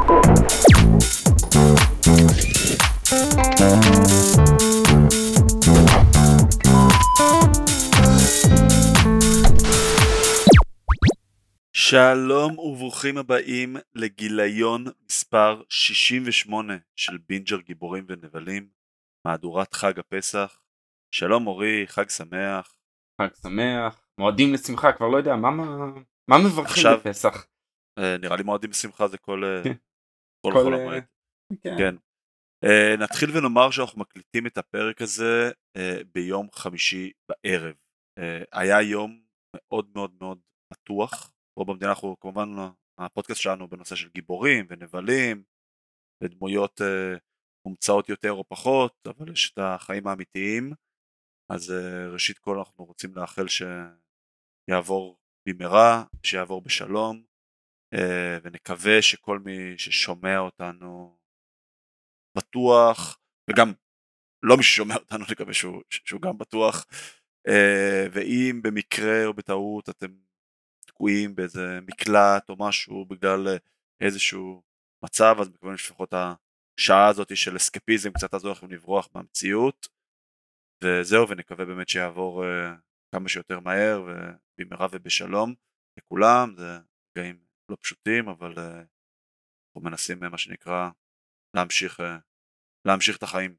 שלום וברוכים הבאים לגיליון מספר 68 של בינג'ר גיבורים ונבלים, מהדורת חג הפסח. שלום אורי, חג שמח. חג שמח, מועדים לשמחה, כבר לא יודע, מה מברכים עכשיו, בפסח? נראה לי מועדים לשמחה זה כל כל- חול המועד. כן. כן. נתחיל ונאמר שאנחנו מקליטים את הפרק הזה ביום חמישי בערב. היה יום מאוד מאוד מאוד מתוח. פה במדינה אנחנו כמובן, הפודקאסט שלנו בנושא של גיבורים ונבלים ודמויות מומצאות יותר או פחות, אבל יש את החיים האמיתיים. אז ראשית כל אנחנו רוצים לאחל שיעבור במהרה, שיעבור בשלום, ונקווה שכל מי ששומע אותנו בטוח, וגם לא מי ששומע אותנו נקווה שהוא גם בטוח, ואם במקרה או בטעות אתם תקועים באיזה מקלט או משהו בגלל איזשהו מצב, אז מקווים לפחות השעה הזאת של אסקפיזם קצת תעזור לכם לברוח מהמציאות, וזהו, ונקווה באמת שיעבור כמה שיותר מהר ובמהרה ובשלום לכולם. זה רגעים לא פשוטים, אבל אנחנו מנסים מה שנקרא להמשיך את החיים.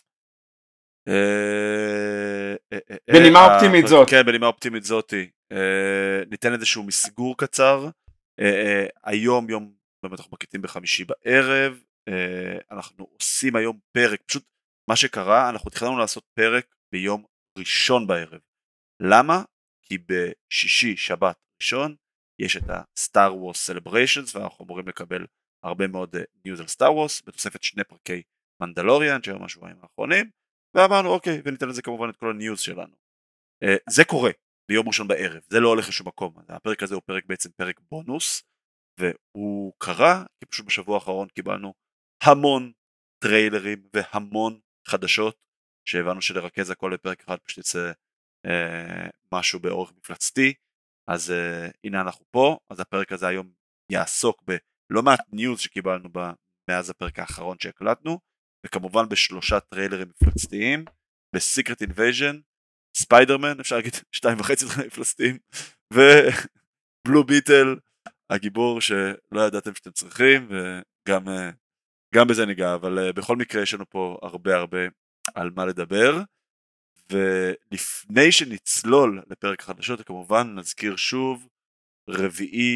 בנימה אופטימית זאת. כן, בנימה אופטימית זאתי. ניתן איזשהו מסגור קצר. היום יום, באמת אנחנו מקליטים בחמישי בערב, אנחנו עושים היום פרק, פשוט מה שקרה, אנחנו התחלנו לעשות פרק ביום ראשון בערב. למה? כי בשישי, שבת ראשון, יש את ה-Star Wars Celebrations, ואנחנו אמורים לקבל הרבה מאוד ניוז על Star Wars, בתוספת 2 פרקי מנדלוריאן, שהיום השבועיים האחרונים, ואמרנו אוקיי, וניתן לזה כמובן את כל הניוז שלנו. זה קורה ביום ראשון בערב, זה לא הולך לשום מקום. הפרק הזה הוא בעצם פרק בונוס, והוא קרה כי פשוט בשבוע האחרון קיבלנו המון טריילרים והמון חדשות, שהבנו שלרכז הכל לפרק אחד פשוט יצא משהו באורך מפלצתי. אז הנה אנחנו פה. אז הפרק הזה היום יעסוק בלא מעט ניוז שקיבלנו מאז הפרק האחרון שהקלטנו, וכמובן ב3 טריילרים מפלצתיים, בסיקרט אינבייז'ן, ספיידרמן, אפשר להגיד 2.5 טריילרים מפלצתיים, ובלו ביטל, הגיבור שלא ידעתם שאתם צריכים, וגם בזה ניגע. אבל בכל מקרה יש לנו פה הרבה על מה לדבר. ולפני שנצלול לפרק החדשות, כמובן נזכיר שוב, 4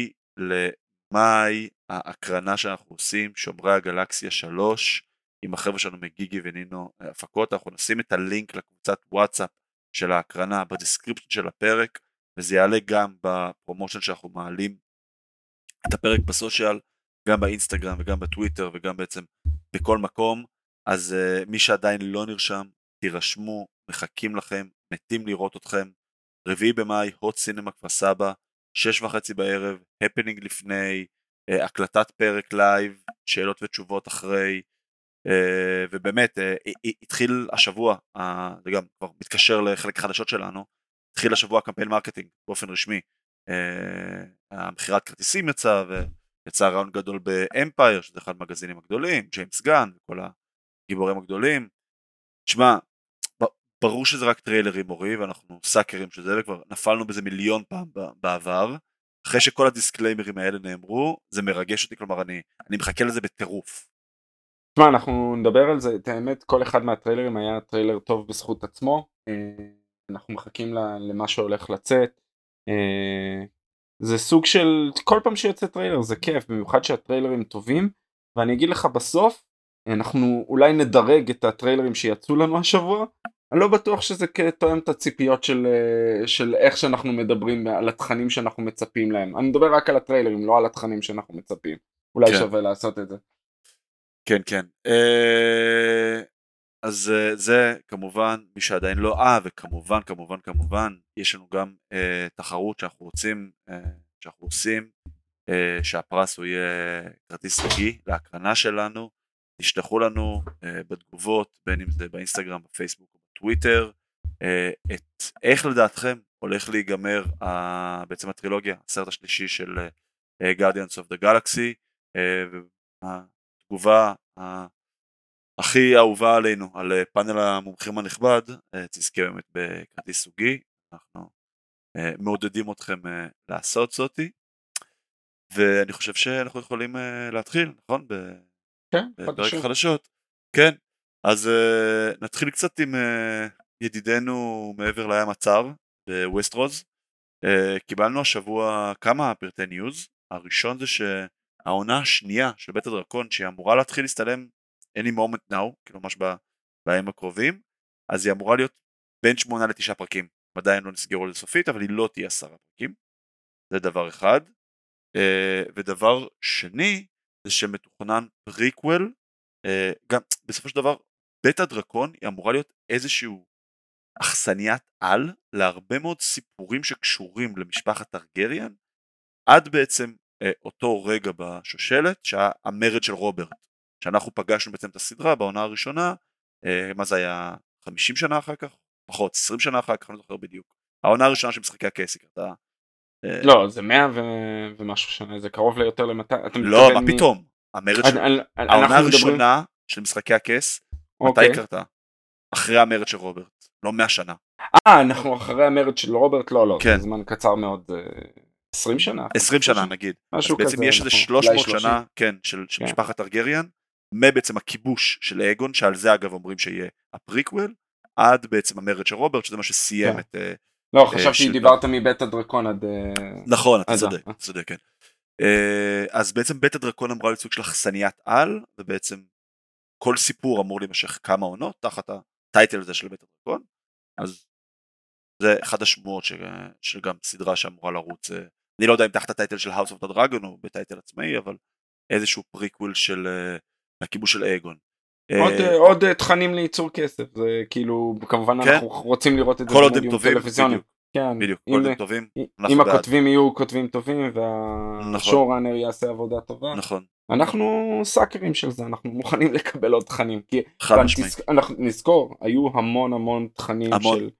למאי, ההקרנה שאנחנו עושים, שומרי הגלקסיה 3, עם החבר'ה שלנו מגיגי ונינו הפקות. אנחנו נשים את הלינק לקבוצת וואטסאפ של ההקרנה בדיסקריפשן של הפרק, וזה יעלה גם בפרומושן שאנחנו מעלים את הפרק בסושיאל, גם באינסטגרם וגם בטוויטר וגם בעצם בכל מקום. אז מי שעדיין לא נרשם, תירשמו, מחכים לכם, מתים לראות אתכם. 4 במאי, הוט סינמה כפר סבא, 6:30 בערב, הפנינג לפני, הקלטת פרק לייב, שאלות ותשובות אחרי, ובאמת התחיל השבוע, זה גם כבר מתקשר לחלק החדשות שלנו, התחיל השבוע קמפיין מרקטינג באופן רשמי. המחירת כרטיסים יצא, ויצא רעיון גדול באמפייר, שזה אחד המגזינים הגדולים, ג'יימס גן וכל הגיבורים הגדולים. תשמע, ברור שזה רק טריילרים אורי, ואנחנו סאקרים של זה, וכבר נפלנו בזה מיליון פעם בעבר. אחרי שכל הדיסקליימרים האלה נאמרו, זה מרגש אותי, כלומר אני מחכה לזה בטירוף. תשמע, אנחנו נדבר על זה, את האמת, כל אחד מהטריילרים היה טריילר טוב בזכות עצמו, אנחנו מחכים למה שהולך לצאת. זה סוג של, כל פעם שיוצא טריילר זה כיף, במיוחד שהטריילרים טובים, ואני אגיד לך בסוף, אנחנו אולי נדרג את הטריילרים שיצאו לנו השבוע, אני לא בטוח שזה תואם את הציפיות של איך שאנחנו מדברים על התכנים שאנחנו מצפים להם. אני מדבר רק על הטריילרים, לא על התכנים שאנחנו מצפים. אולי שווה לעשות את זה. כן. אז זה כמובן, מי שעדיין לא, וכמובן, יש לנו גם תחרות שאנחנו עושים, שהפרס הוא יהיה כרטיס חגי להקרנה שלנו. תשלחו לנו בתגובות, בין אם זה באינסטגרם, בפייסבוק או בטוויטר, את איך לדעתכם הולך להיגמר בעצם הטרילוגיה, הסרט השלישי של Guardians of the Galaxy, התגובה הכי אהובה עלינו על פאנל המומחים הנכבד, תזכה באמת בכרטיס סוגי, אנחנו מעודדים אתכם לעשות זאתי, ואני חושב שאנחנו יכולים להתחיל, נכון? כן, בפרק חדשות. החדשות. כן, אז נתחיל קצת עם ידידנו מעבר לים הצר בווסטרוז. קיבלנו השבוע כמה פרטי ניוז. הראשון זה שהעונה השנייה של בית הדרקון, שהיא אמורה להתחיל להסתלם any moment now, כאילו ממש בימים הקרובים, אז היא אמורה להיות בין 8 ל9 פרקים. עדיין לא נסגרו לסופית, אבל היא לא תהיה 10 פרקים. זה דבר אחד. ודבר שני, זה שמתוכנן פריקוול, גם בסופו של דבר בית הדרקון היא אמורה להיות איזשהו אכסניית על להרבה מאוד סיפורים שקשורים למשפחת טרגריאן, עד בעצם אותו רגע בשושלת שהיה המרד של רוברט, שאנחנו פגשנו בעצם את הסדרה בעונה הראשונה, מה זה היה 50 שנה אחר כך? פחות, 20 שנה אחר כך, אני לא זוכר בדיוק. העונה הראשונה של משחקי הכס היא קרתה. לא, זה 100 ומשהו שנה, זה קרוב ליותר ל-200. לא, מה פתאום? המרד של... העונה הראשונה של משחקי הכס, מתי קרתה? אחרי המרד של רוברט, לא 100 שנה. אנחנו אחרי המרד של רוברט, לא, כן. זה זמן קצר מאוד, 20 שנה. 20 שנה נגיד. אז בעצם יש איזה 300 שנה, כן, של משפחת טרגריאן, מבעצם הכיבוש של אגון, שעל זה אגב אומרים שיהיה הפריקוול, עד בעצם המרד של רוברט, שזה מה שסיים את... לא, חשבתי דיברת מבית הדרקון עד... נכון, אתה צודק, כן. אז בעצם בית הדרקון אמרה לסוג של אכסניית על, ובעצם כל סיפור אמור להימשך כמה עונות, תחת הטייטל הזה של בית הדרקון, אז זה אחד השמועות שגם סדרה שאמורה לרוץ, אני לא יודע אם תחת הטייטל של House of the Dragon או בטייטל עצמאי, אבל איזשהו פריקוול של הכיבוש של אגון. עוד תכנים לייצור כסף, זה כאילו, כמובן אנחנו רוצים לראות את זה במודיום טלוויזיוני. בדיוק, כל עוד הם טובים. אם הכותבים יהיו כותבים טובים, והשואו-ראנר יעשה עבודה טובה, אנחנו סאקרים של זה, אנחנו מוכנים לקבל עוד תכנים, כי נזכור, היו המון תכנים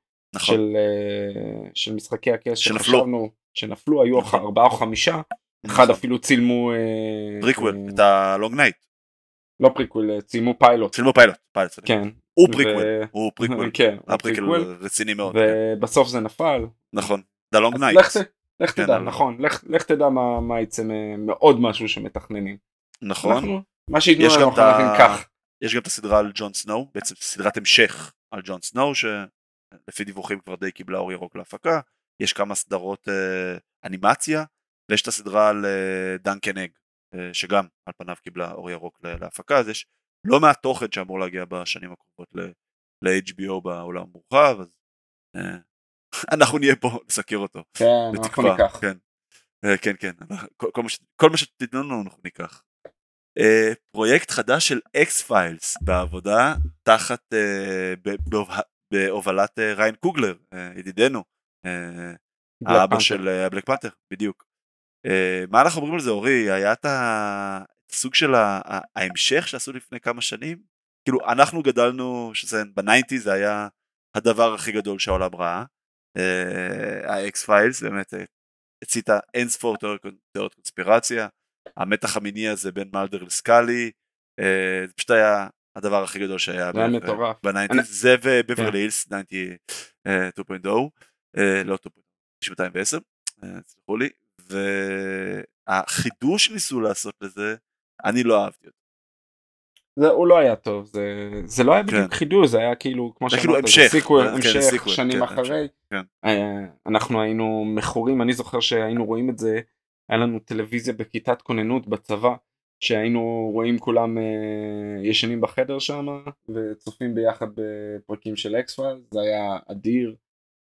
של משחקי הכס שנפלו, היו 4 או 5, אחד אפילו צילמו פריקוול, את הלונג נייט. לא פריקוול, צילמו פיילוט. כן. הוא פריקוול, הפריקוול רציני מאוד. ובסוף זה נפל. נכון, The Long Night. לך תדע, נכון, לך תדע מה יצא מאוד משהו שמתכננים. נכון. מה שיתנו לנו אנחנו נבין כך. יש גם את הסדרה על ג'ון סנואו, בעצם סדרת המשך על ג'ון סנואו, שלפי דיווחים כבר די קיבלה אור ירוק להפקה. יש כמה סדרות אנימציה, ויש את הסדרה על דנקן אג, שגם על פניו קיבלה אור ירוק להפקה, אז יש לא מעט תוכן שאמור להגיע בשנים הקרובות ל-HBO בעולם המורחב, אז אנחנו נהיה פה לסקר אותו. כן, אנחנו ניקח. כן, כל מה שתתנו לנו אנחנו ניקח. פרויקט חדש של X-Files בעבודה, תחת, בהובלת ריין קוגלר, ידידנו, האבא של בלק פנתר, בדיוק. מה אנחנו אומרים על זה, אורי? היה את הסוג של ההמשך שעשו לפני כמה שנים? כאילו, אנחנו גדלנו, בניינטי זה היה הדבר הכי גדול שהעולם ראה, ה-X-Files, באמת הציתה אינספור תיאוריות קונספירציה, המתח המיני הזה בין מלדר לסקאלי, זה פשוט היה הדבר הכי גדול שהיה בניינטי, זה ובברלי הילס 2.0, לא 210, סליחו לי, והחידוש שניסו לעשות לזה, אני לא אהבתי אותו. הוא לא היה טוב, זה לא היה בדיוק חידוש, זה היה כאילו, כמו שאמרת, המשך שנים אחרי. אנחנו היינו מכורים, אני זוכר שהיינו רואים את זה, היה לנו טלוויזיה בכיתת כוננות בצבא, שהיינו רואים כולם ישנים בחדר שם, וצופים ביחד בפרקים של אקס-פייל, זה היה אדיר,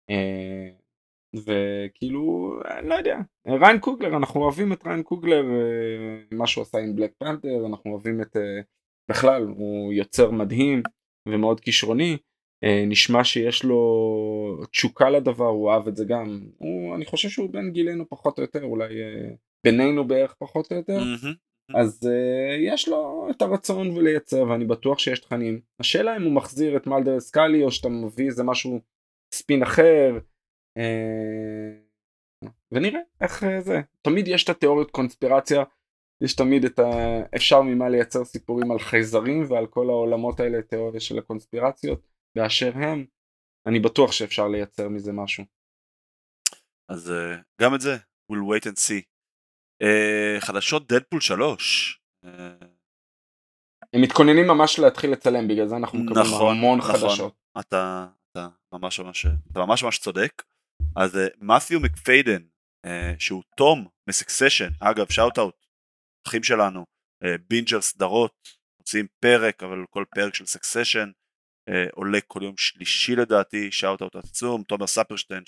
וכאילו, אני לא יודע, ריין קוגלר, אנחנו אוהבים את ריין קוגלר, מה שהוא עשה עם בלק פנתר, אנחנו אוהבים את, בכלל, הוא יוצר מדהים ומאוד כישרוני, נשמע שיש לו תשוקה לדבר, הוא אהב את זה גם, אני חושב שהוא בין גילנו פחות או יותר, אולי בינינו בערך פחות או יותר, אז יש לו את הרצון ולייצר, ואני בטוח שיש תכנים. השאלה אם הוא מחזיר את מלדר סקאלי, או שאתה מביא איזה משהו ספין אחר, ונראה איך זה. תמיד יש את התיאוריות קונספירציה יש תמיד אפשר ממה לייצר סיפורים על חייזרים ועל כל העולמות האלה, תיאוריה של הקונספירציות, באשר הם, אני בטוח שאפשר לייצר מזה משהו. אז גם את זה, we'll wait and see. חדשות דדפול 3. הם מתכוננים ממש להתחיל לצלם, בגלל זה אנחנו מקבלים נכון, המון נכון, חדשות. אתה ממש צודק. אז מת'יו מקפיידן, שהוא תום מסקסשן, אגב שאוט אאוט, אחים שלנו, בינג'ר סדרות, מוצאים פרק, אבל כל פרק של סקסשן עולה כל יום שלישי לדעתי, שאוט אאוט עצום, תומר ספרשטיין,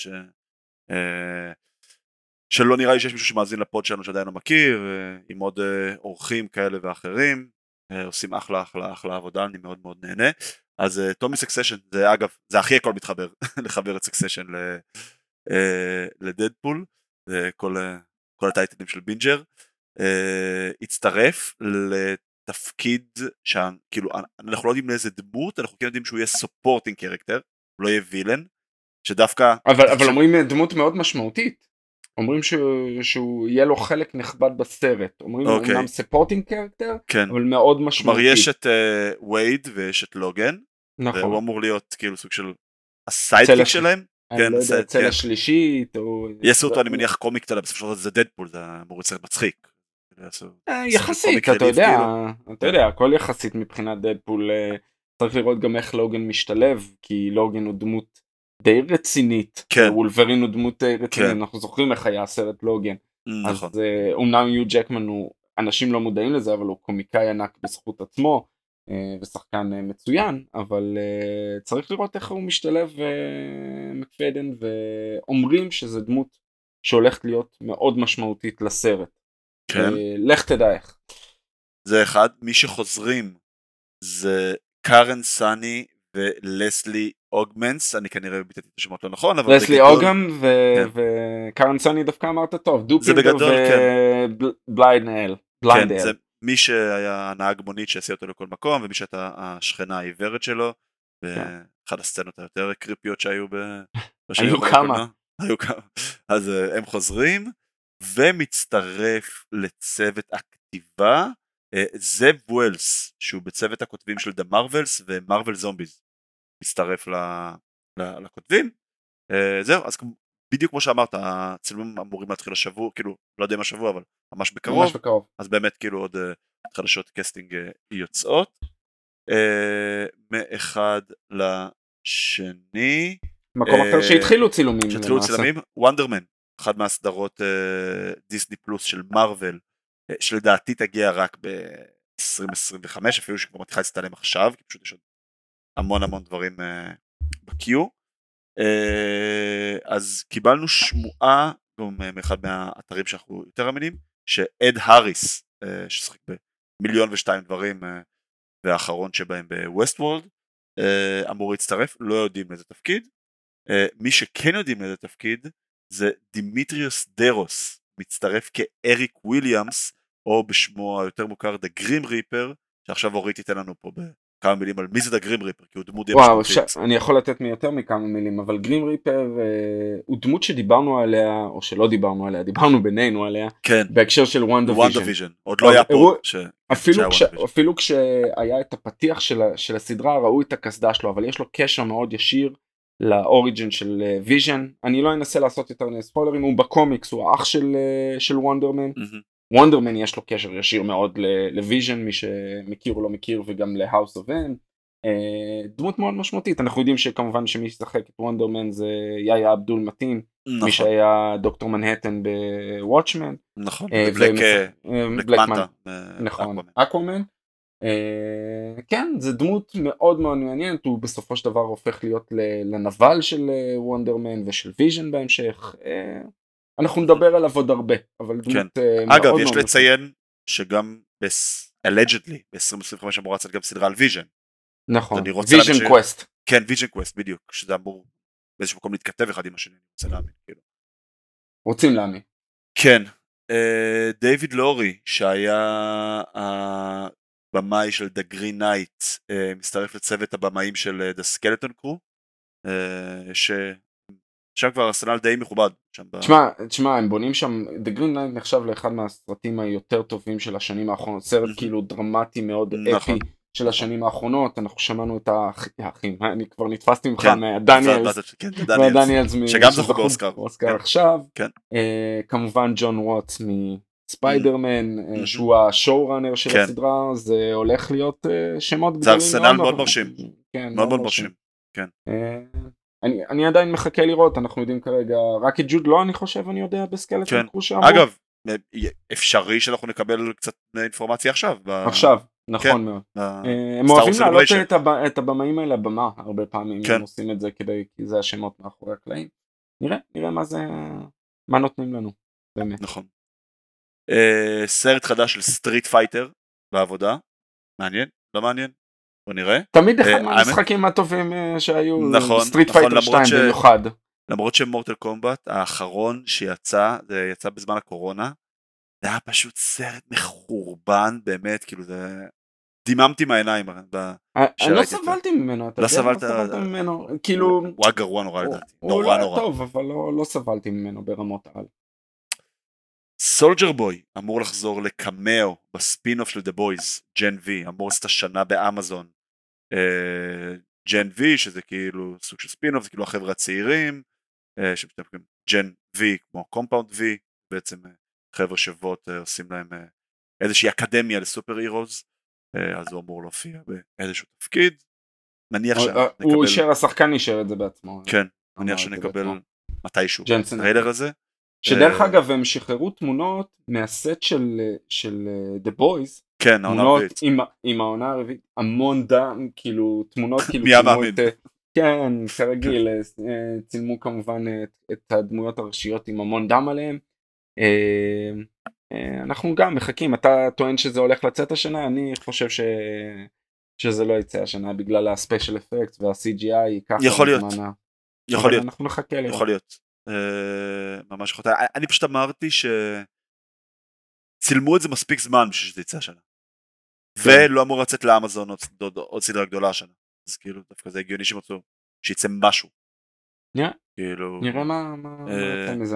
שלא נראה לי שיש מישהו שמאזין לפוד שלנו שעדיין לא מכיר, עם עוד אורחים כאלה ואחרים, עושים אחלה עבודה, אני מאוד מאוד נהנה. אז תומי סקסשן, זה אגב, זה הכי הכל מתחבר, לחבר את סקסשן לדדפול, כל הטייטלים של בינג'ר, הצטרף לתפקיד כאילו אנחנו לא יודעים לאיזה דמות, אנחנו כן יודעים שהוא יהיה סופורטינג קרקטר, הוא לא יהיה וילן, שדווקא אבל אומרים דמות מאוד משמעותית, אומרים שהוא יהיה לו חלק נכבד בסרט, אומרים אומנם ספורטינג קרקטר, אבל מאוד משמעותי. כלומר יש את וייד ויש את לוגן, והוא אמור להיות כאילו סוג של הסיידקיק שלהם. אני לא יודע, צלע שלישית, יעשו אותו, אני מניח קומיק, בסופו של דבר זה דדפול, זה אמור להיות מצחיק. יחסית, אתה יודע, הכל יחסית מבחינת דדפול, צריך לראות גם איך לוגן משתלב, כי לוגן הוא דמות די רצינית, וולברין הוא דמות די רצינית, אנחנו זוכרים איך היה הסרט לוגן, אז אומנם יו ג'קמן הוא, אנשים לא מודעים לזה, אבל הוא קומיקאי ענק בזכות עצמו, ושחקן מצוין, אבל צריך לראות איך הוא משתלב מקפיידן, ואומרים שזה דמות שהולכת להיות מאוד משמעותית לסרט. לך תדע איך. זה אחד, מי שחוזרים זה קארן סני ולסלי אוגמנס, אני כנראה ביטאתי את השמות לא נכון, אבל לסלי אוגם וקארן סני דווקא אמרת טוב, דופינגר ובליידנאל. כן, זה מי שהיה הנהג מונית שעשי אותו לכל מקום, ומי שהייתה השכנה העיוורת שלו, ואחד הסצנות היותר קריפיות שהיו היו כמה. אז הם חוזרים, ומצטרף לצוות הכתיבה, זב ווילס, שהוא בצוות הכותבים של The Marvels ומרוול זומביז, מצטרף לכותבים. זהו, אז בדיוק כמו שאמרת, הצילומים אמורים להתחיל השבוע, כאילו, לא יודע אם השבוע, אבל ממש בקרוב, אז באמת כאילו עוד חדשות קסטינג יוצאות, מאחד לשני. מקום אחר שהתחילו צילומים. וונדרמן, אחד מהסדרות דיסני פלוס של מרוול, שלדעתי תגיע רק ב-2025, אפילו שכבר מתחילה להצטלם עכשיו, כי פשוט יש עוד המון דברים בקיו. אז קיבלנו שמועה, גם מאחד מהאתרים שאנחנו יותר אמינים, שאד האריס, ששחק ב1,000,002 דברים, והאחרון שבהם בווסט וורלד, אמור להצטרף, לא יודעים לאיזה תפקיד. מי שכן יודעים לאיזה תפקיד, זה דימיטריוס דרוס, מצטרף כאריק וויליאמס, או בשמו היותר מוכר The Grim Reaper, שעכשיו אורית ייתן לנו פה כמה מילים על מי זה The Grim Reaper, כי הוא דמות די משמעותית. אני יכול לתת מיותר מכמה מילים, אבל Grim Reaper הוא דמות שדיברנו עליה, או שלא דיברנו עליה, דיברנו בינינו עליה, בהקשר של WandaVision. עוד לא היה פה. אפילו כשהיה את הפתיח של הסדרה, ראו את הקסדה שלו, אבל יש לו קשר מאוד ישיר לאוריג'ן של ויז'ן. אני לא אנסה לעשות יותר ספוילרים, הוא בקומיקס, הוא האח של וונדרמן. וונדרמן יש לו קשר ישיר מאוד לוויז'ן, מי שמכיר או לא מכיר, וגם להאוס אוף אם. דמות מאוד משמעותית. אנחנו יודעים שכמובן שמי ששחק את וונדרמן זה יאיה אבדול מתין, מי שהיה דוקטור מנהטן בוואטשמן. נכון, בלק מנטה. נכון, אקוואמן. כן, זה דמות מאוד מאוד מעניינת, הוא בסופו של דבר הופך להיות לנבל של וונדרמן ושל ויז'ן בהמשך. אנחנו נדבר עליו עוד הרבה, אבל דמות אגב, יש לציין שגם allegedly ב-2025 אמורה לצאת גם סדרה על ויז'ן. נכון, ויז'ן קווסט. כן, ויז'ן קווסט, בדיוק, שזה אמור באיזשהו מקום להתכתב אחד עם השני, אני רוצה להאמין. רוצים להאמין. כן, דיוויד לורי, שהיה הבמאי של The Green Knight, מצטרף לצוות הבמאים של The Skeleton Crew, שם כבר ארסנל די מכובד. תשמע, הם בונים שם, The Green Knight נחשב לאחד מהסרטים היותר טובים של השנים האחרונות, סרט כאילו דרמטי מאוד נכון, אפי של השנים האחרונות, אנחנו שמענו את האחים, אני כבר נתפסתי ממך כן, מהדניאלס שגם זכו באוסקר. באוסקר עכשיו, כן. כמובן ג'ון ווטס מספיידרמן, שהוא השואו-ראנר של הסדרה, זה הולך להיות שמות גדולים מאוד. זה ארסנל מאוד מרשים, מאוד מרשים. אני עדיין מחכה לראות, אנחנו יודעים כרגע, רק את ג'וד לא, אני חושב, אני יודע בסקלטון קרו שאמרו. אגב, אפשרי שאנחנו נקבל קצת אינפורמציה עכשיו. עכשיו, נכון מאוד. הם אוהבים להעלות את הבמאים האלה במה הרבה פעמים, הם עושים את זה כי זה השמות מאחורי הקלעים. נראה מה נותנים לנו, באמת. נכון. סרט חדש של סטריט פייטר בעבודה, מעניין? לא מעניין? בוא נראה. תמיד אחד מהמשחקים הטובים שהיו, סטריט פייטר 2 במיוחד. למרות שמורטל קומבט האחרון שיצא, זה יצא בזמן הקורונה, זה היה פשוט סרט מחורבן, באמת, כאילו זה... דיממתי מהעיניים. אני לא סבלתי ממנו, אתה יודע, לא סבלתי ממנו, כאילו... הוא היה גרוע נורא לדעתי. הוא לא היה טוב, אבל לא סבלתי ממנו ברמות על. סולג'ר בוי אמור לחזור לקמאו בספין-אוף של The Boys, ג'ן וי, אמור לעשות השנה באמזון. ג'ן וי, שזה כאילו סוג של ספין-אוף, זה כאילו החבר'ה הצעירים, שמשתמשים ג'ן וי כמו קומפאונד וי, בעצם חבר'ה שוות עושים להם איזושהי אקדמיה לסופר הירוז, אז הוא אמור להופיע באיזשהו תפקיד. מניח שנקבל... הוא אישר, השחקן אישר את זה בעצמו. כן, מניח שנקבל מתישהו טריילר הזה. שדרך אגב הם שחררו תמונות מהסט של The Boys, כן, תמונות עם העונה הרביעית, המון דם, כאילו תמונות כאילו כן, כרגיל, צילמו כמובן את הדמויות הראשיות עם המון דם עליהם. אנחנו גם מחכים, אתה טוען שזה הולך לצאת השנה, אני חושב שזה לא יצא השנה בגלל הספיישל אפקט וה-CGI. יכול להיות, אנחנו נחכה לראות. יכול להיות. ממש חוטא. אני פשוט אמרתי שצילמו את זה מספיק זמן בשביל שזה יצא השנה, ולא אמור לצאת לאמזון עוד סדרה גדולה השנה, אז כאילו דווקא זה הגיוני שמצאו שיצא משהו. נראה מה יוצא מזה.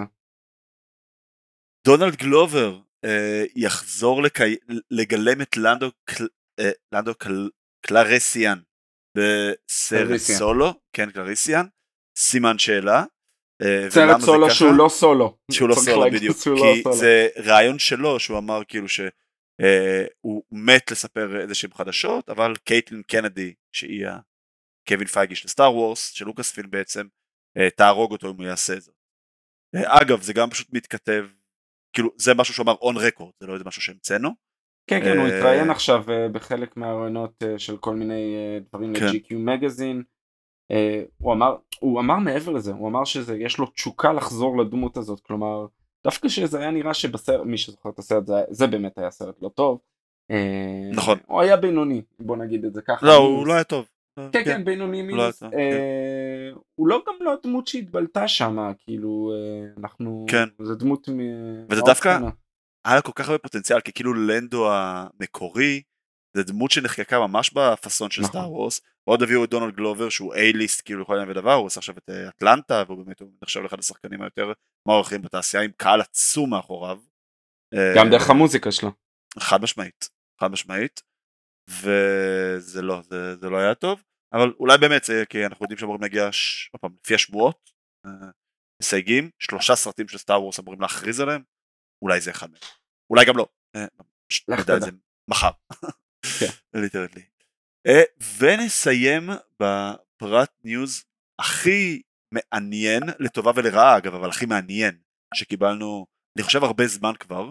דונלד גלובר יחזור לגלם את לנדו קלרסיאן בסרט סולו, כן, קלרסיאן, סימן שאלה. סרט סולו שהוא לא סולו. שהוא לא סולו בדיוק, כי זה רעיון שלו שהוא אמר כאילו שהוא מת לספר איזה שהם חדשות, אבל קייטלין קנדי שהיא קווין פייגי של סטאר וורס, של לוקאס פילם בעצם, תהרוג אותו אם הוא יעשה את זה. אגב זה גם פשוט מתכתב, כאילו זה משהו שהוא אמר און רקורד, זה לא איזה משהו שהמצאנו. כן, הוא התראיין עכשיו בחלק מהרעיונות של כל מיני דברים ל-GQ מגזין. הוא אמר מעבר לזה, הוא אמר שיש לו תשוקה לחזור לדמות הזאת, כלומר דווקא שזה היה נראה שבסרט, מי שזוכר את הסרט, זה באמת היה סרט לא טוב. נכון. הוא היה בינוני, בוא נגיד את זה ככה. לא, הוא לא היה טוב. כן, בינוני מינוס. הוא לא גם לא הדמות שהתבלטה שם, כאילו אנחנו, זה דמות וזה דווקא היה כל כך הרבה פוטנציאל, כי כאילו לנדו המקורי, זה דמות שנחקקה ממש בפסון של סטאר וורס, עוד הביאו את דונלד גלובר שהוא A-ליסט כאילו לכל עניין ודבר, הוא עושה עכשיו את אטלנטה, והוא באמת נחשב לאחד השחקנים היותר מוערכים בתעשייה, עם קהל עצום מאחוריו. גם דרך המוזיקה שלו. חד משמעית, וזה לא היה טוב, אבל אולי באמת, כי אנחנו יודעים שאמורים להגיע, לפי השבועות, מסייגים, 3 סרטים של סטאר וורס אמורים להכריז עליהם, אולי זה אחד מהם, אולי גם לא, נדע את זה מחר. ליטרלי. ונסיים בפרט ניוז הכי מעניין, לטובה ולרעה אגב, אבל הכי מעניין שקיבלנו, אני חושב הרבה זמן כבר,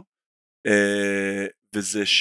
וזה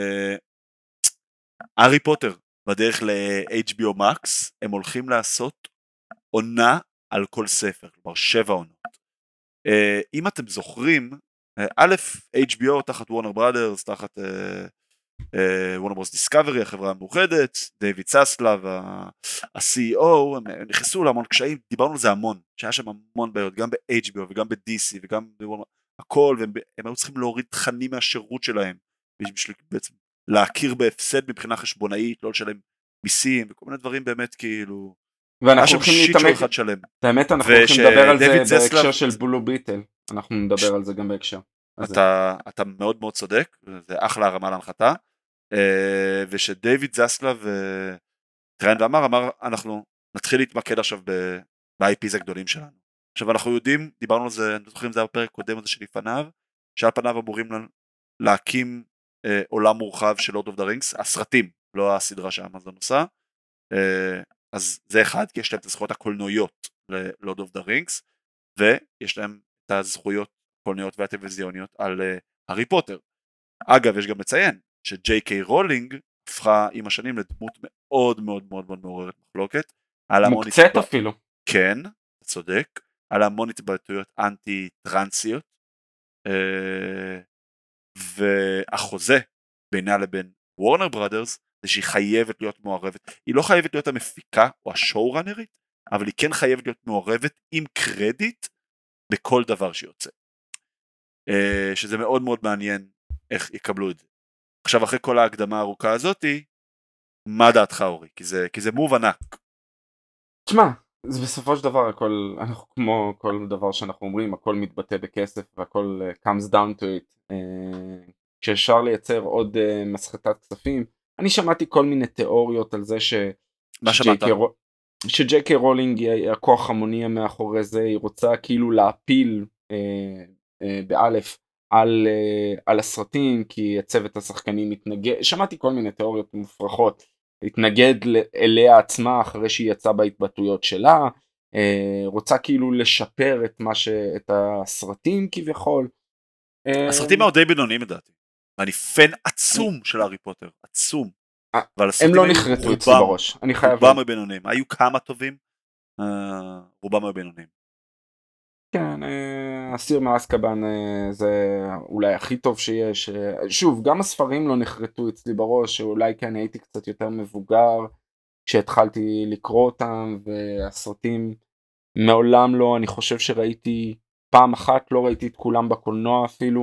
הארי פוטר בדרך ל-HBO Max, הם הולכים לעשות עונה על כל ספר, כלומר 7 עונות. אם אתם זוכרים, א', HBO תחת וורנר בראדרס, תחת וורנר ברוס דיסקאברי, החברה המאוחדת, דיוויד ססלב, ה-CEO, הם נכנסו להמון קשיים, דיברנו על זה המון, שהיה שם המון בעיות, גם ב-HBO וגם ב-DC וגם הכל, והם היו צריכים להוריד תכנים מהשירות שלהם, בשביל בעצם להכיר בהפסד מבחינה חשבונאית, לא לשלם מיסים, וכל מיני דברים באמת כאילו ואנחנו הולכים להתעמק, אחד שלם. באמת אנחנו הולכים לדבר על זה זסלב... בהקשר של בלו ביטל, אנחנו נדבר על זה גם בהקשר. אתה מאוד מאוד צודק, זה אחלה הרמה להנחתה, ושדייוויד זסלב טריין ואמר, אנחנו נתחיל להתמקד עכשיו ב-IPs הגדולים שלנו. עכשיו אנחנו יודעים, דיברנו על זה, אני לא זוכר אם זה היה בפרק קודם הזה שלפניו, שעל פניו אמורים להקים עולם מורחב של Lord of the Rings, הסרטים, לא הסדרה שאמזון עושה, אז זה אחד, כי יש להם את הזכויות הקולנועיות ל-Lord of the Rings, ויש להם את הזכויות הקולנועיות והטלוויזיוניות על הארי פוטר. אגב, יש גם לציין שג'יי קיי רולינג הפכה עם השנים לדמות מאוד מאוד מאוד מאוד מעוררת מחלוקת. מוקצת אפילו. כן, אתה צודק. על המון התבטאויות אנטי טרנסיות. והחוזה בינה לבין וורנר ברודרס זה שהיא חייבת להיות מעורבת. היא לא חייבת להיות המפיקה או השואו-ראנרית, אבל היא כן חייבת להיות מעורבת עם קרדיט בכל דבר שיוצא. שזה מאוד מאוד מעניין איך יקבלו את זה. עכשיו אחרי כל ההקדמה הארוכה הזאתי, מה דעתך אורי? כי זה מוב ענק. תשמע, זה בסופו של דבר הכל, אנחנו כמו כל דבר שאנחנו אומרים, הכל מתבטא בכסף והכל comes down to it. כשאפשר לייצר עוד מסחטת כספים, אני שמעתי כל מיני תיאוריות על זה שג'יי קיי רולינג היא הכוח המוניע מאחורי זה, היא רוצה כאילו להפיל באלף על הסרטים, כי הצוות השחקנים מתנגד, שמעתי כל מיני תיאוריות מופרכות, התנגד אליה עצמה אחרי שהיא יצאה בהתבטאויות שלה, רוצה כאילו לשפר את הסרטים כביכול. הסרטים מאוד די בינוניים לדעתי, ואני פן עצום של הארי פוטר, עצום. הם לא נחרטו אצלי בראש, אני חייב... רובם הבינוניים, היו כמה טובים, רובם הבינוניים. כן, הסיר מאזקבאן זה אולי הכי טוב שיש. שוב, גם הספרים לא נחרטו אצלי בראש, שאולי כן הייתי קצת יותר מבוגר כשהתחלתי לקרוא אותם, והסרטים מעולם לא, אני חושב שראיתי פעם אחת, לא ראיתי את כולם בקולנוע אפילו.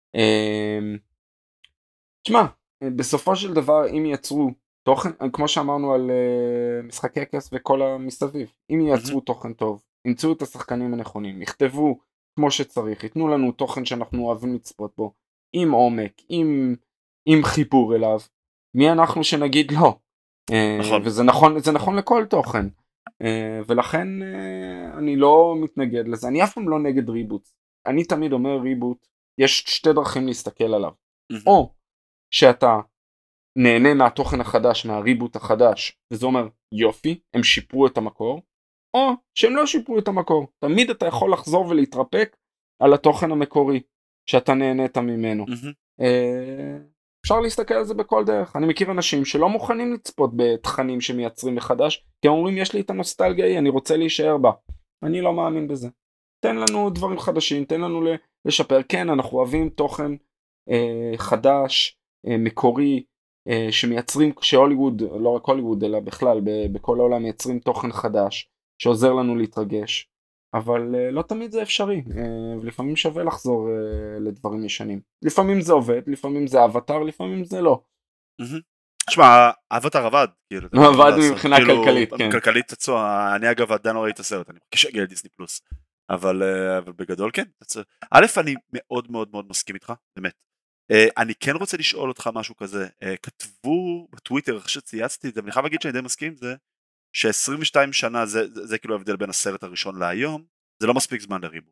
תשמע, בסופו של דבר אם יצרו תוכן, כמו שאמרנו על משחקי הכס וכל המסביב, אם יצרו תוכן טוב, ימצאו את השחקנים הנכונים, יכתבו כמו שצריך, ייתנו לנו תוכן שאנחנו אוהבים לצפות בו, עם עומק, עם חיבור אליו, מי אנחנו שנגיד לא? נכון. וזה נכון לכל תוכן, ולכן אני לא מתנגד לזה, אני אף פעם לא נגד ריבוט, אני תמיד אומר ריבוט, יש שתי דרכים להסתכל עליו, או שאתה נהנה מהתוכן החדש, מהריבוט החדש, וזה אומר יופי, הם שיפרו את המקור, או שהם לא שיפרו את המקור, תמיד אתה יכול לחזור ולהתרפק על התוכן המקורי שאתה נהנית ממנו. אפשר להסתכל על זה בכל דרך. אני מכיר אנשים שלא מוכנים לצפות בתכנים שמייצרים מחדש, כי הם אומרים יש לי את הנוסטלגיה היא, אני רוצה להישאר בה. אני לא מאמין בזה. תן לנו דברים חדשים, תן לנו לשפר. כן, אנחנו אוהבים תוכן חדש, מקורי, שמייצרים, כשהוליווד, לא רק הוליווד אלא בכלל בכל העולם מייצרים תוכן חדש שעוזר לנו להתרגש, אבל לא תמיד זה אפשרי, ולפעמים שווה לחזור לדברים ישנים. לפעמים זה עובד, לפעמים זה אבטר, לפעמים זה לא. תשמע, אבטר עבד, עבד מבחינה כלכלית, כן. כלכלית תצוע, אני אגב עדיין לא ראיתי את הסרט, אני מבקש להגיע לדיסני פלוס, אבל בגדול כן. א', אני מאוד מאוד מאוד מסכים איתך, באמת. אני כן רוצה לשאול אותך משהו כזה, כתבו בטוויטר, איך שצייצתי את זה, ואני חייב להגיד שאני די מסכים עם זה, ש22 שנה זה כאילו ההבדל בין הסרט הראשון להיום, זה לא מספיק זמן לריבוט.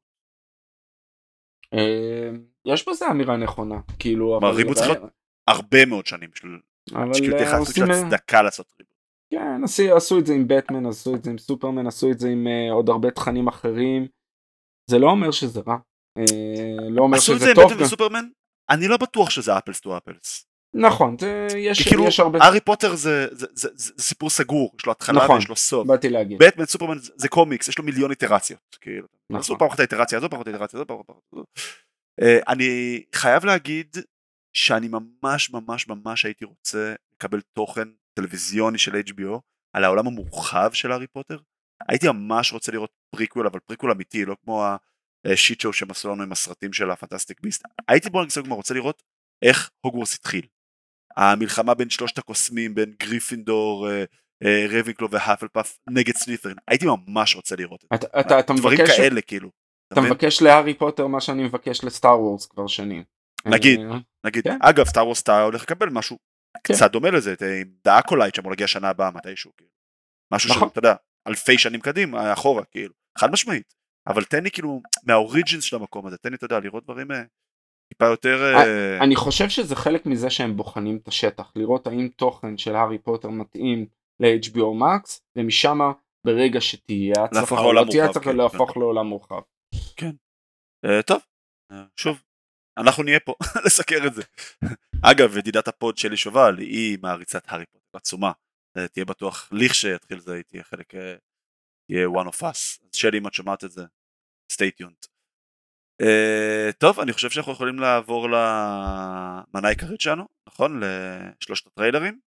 יש בזה אמירה נכונה, כאילו... ריבוט צריך להיות הרבה מאוד שנים, שכאילו תהיה חצות של הצדקה לעשות ריבוט. כן, עשו את זה עם בטמן, עשו את זה עם סופרמן, עשו את זה עם עוד הרבה תכנים אחרים, זה לא אומר שזה רע, לא אומר שזה טוב. עשו את זה עם בטמן וסופרמן? אני לא בטוח שזה אפלס טו אפלס. נכון, יש הרבה... הארי פוטר זה סיפור סגור, יש לו התחלה ויש לו סוף. באתי להגיד. בטמן סופרמן זה קומיקס, יש לו מיליון איטרציות. עשו פעם אחת האיטרציה הזו, פעם אחת האיטרציה הזו, פעם אחת הזו. אני חייב להגיד שאני ממש ממש ממש הייתי רוצה לקבל תוכן טלוויזיוני של HBO על העולם המורחב של הארי פוטר. הייתי ממש רוצה לראות פריקוול, אבל פריקוול אמיתי, לא כמו השיט שואו שהם עשו לנו עם הסרטים של הפנטסטיק ביסט. הייתי בוא נגיד רוצה לראות איך הוגוורטס התחיל. המלחמה בין שלושת הקוסמים, בין גריפינדור, רייבנקלו והאפלפאף נגד סלית'רין, הייתי ממש רוצה לראות את זה. אתה דברים מבקש, כאלה כאילו. אתה מבקש להארי פוטר מה שאני מבקש לסטאר וורס כבר שנים. נגיד, כן. אגב סטאר וורס אתה הולך לקבל משהו כן. קצת דומה לזה, עם דאקולייט שאמור להגיע שנה הבאה מתישהו, כאילו. משהו נכון. שאתה יודע, אלפי שנים קדימה, אחורה, כאילו, חד משמעית, אבל תן לי כאילו, מהאוריג'ינס של המקום הזה, תן לי, אתה יודע, לראות דברים טיפה יותר... אני חושב שזה חלק מזה שהם בוחנים את השטח, לראות האם תוכן של הארי פוטר מתאים ל-HBO Max, ומשם ברגע שתהיה הצלחה, או לא תהיה הצלחה, להפוך לעולם מורחב. כן. טוב, שוב, אנחנו נהיה פה לסקר את זה. אגב, ידידת הפוד שלי שובל, היא מעריצת הארי פוטר, עצומה. תהיה בטוח, לכשיתחיל זה, היא תהיה חלק, תהיה one of us. אז שלי, אם את שומעת את זה, stay tuned. טוב, אני חושב שאנחנו יכולים לעבור למנה העיקרית שלנו, נכון? לשלושת הטריילרים.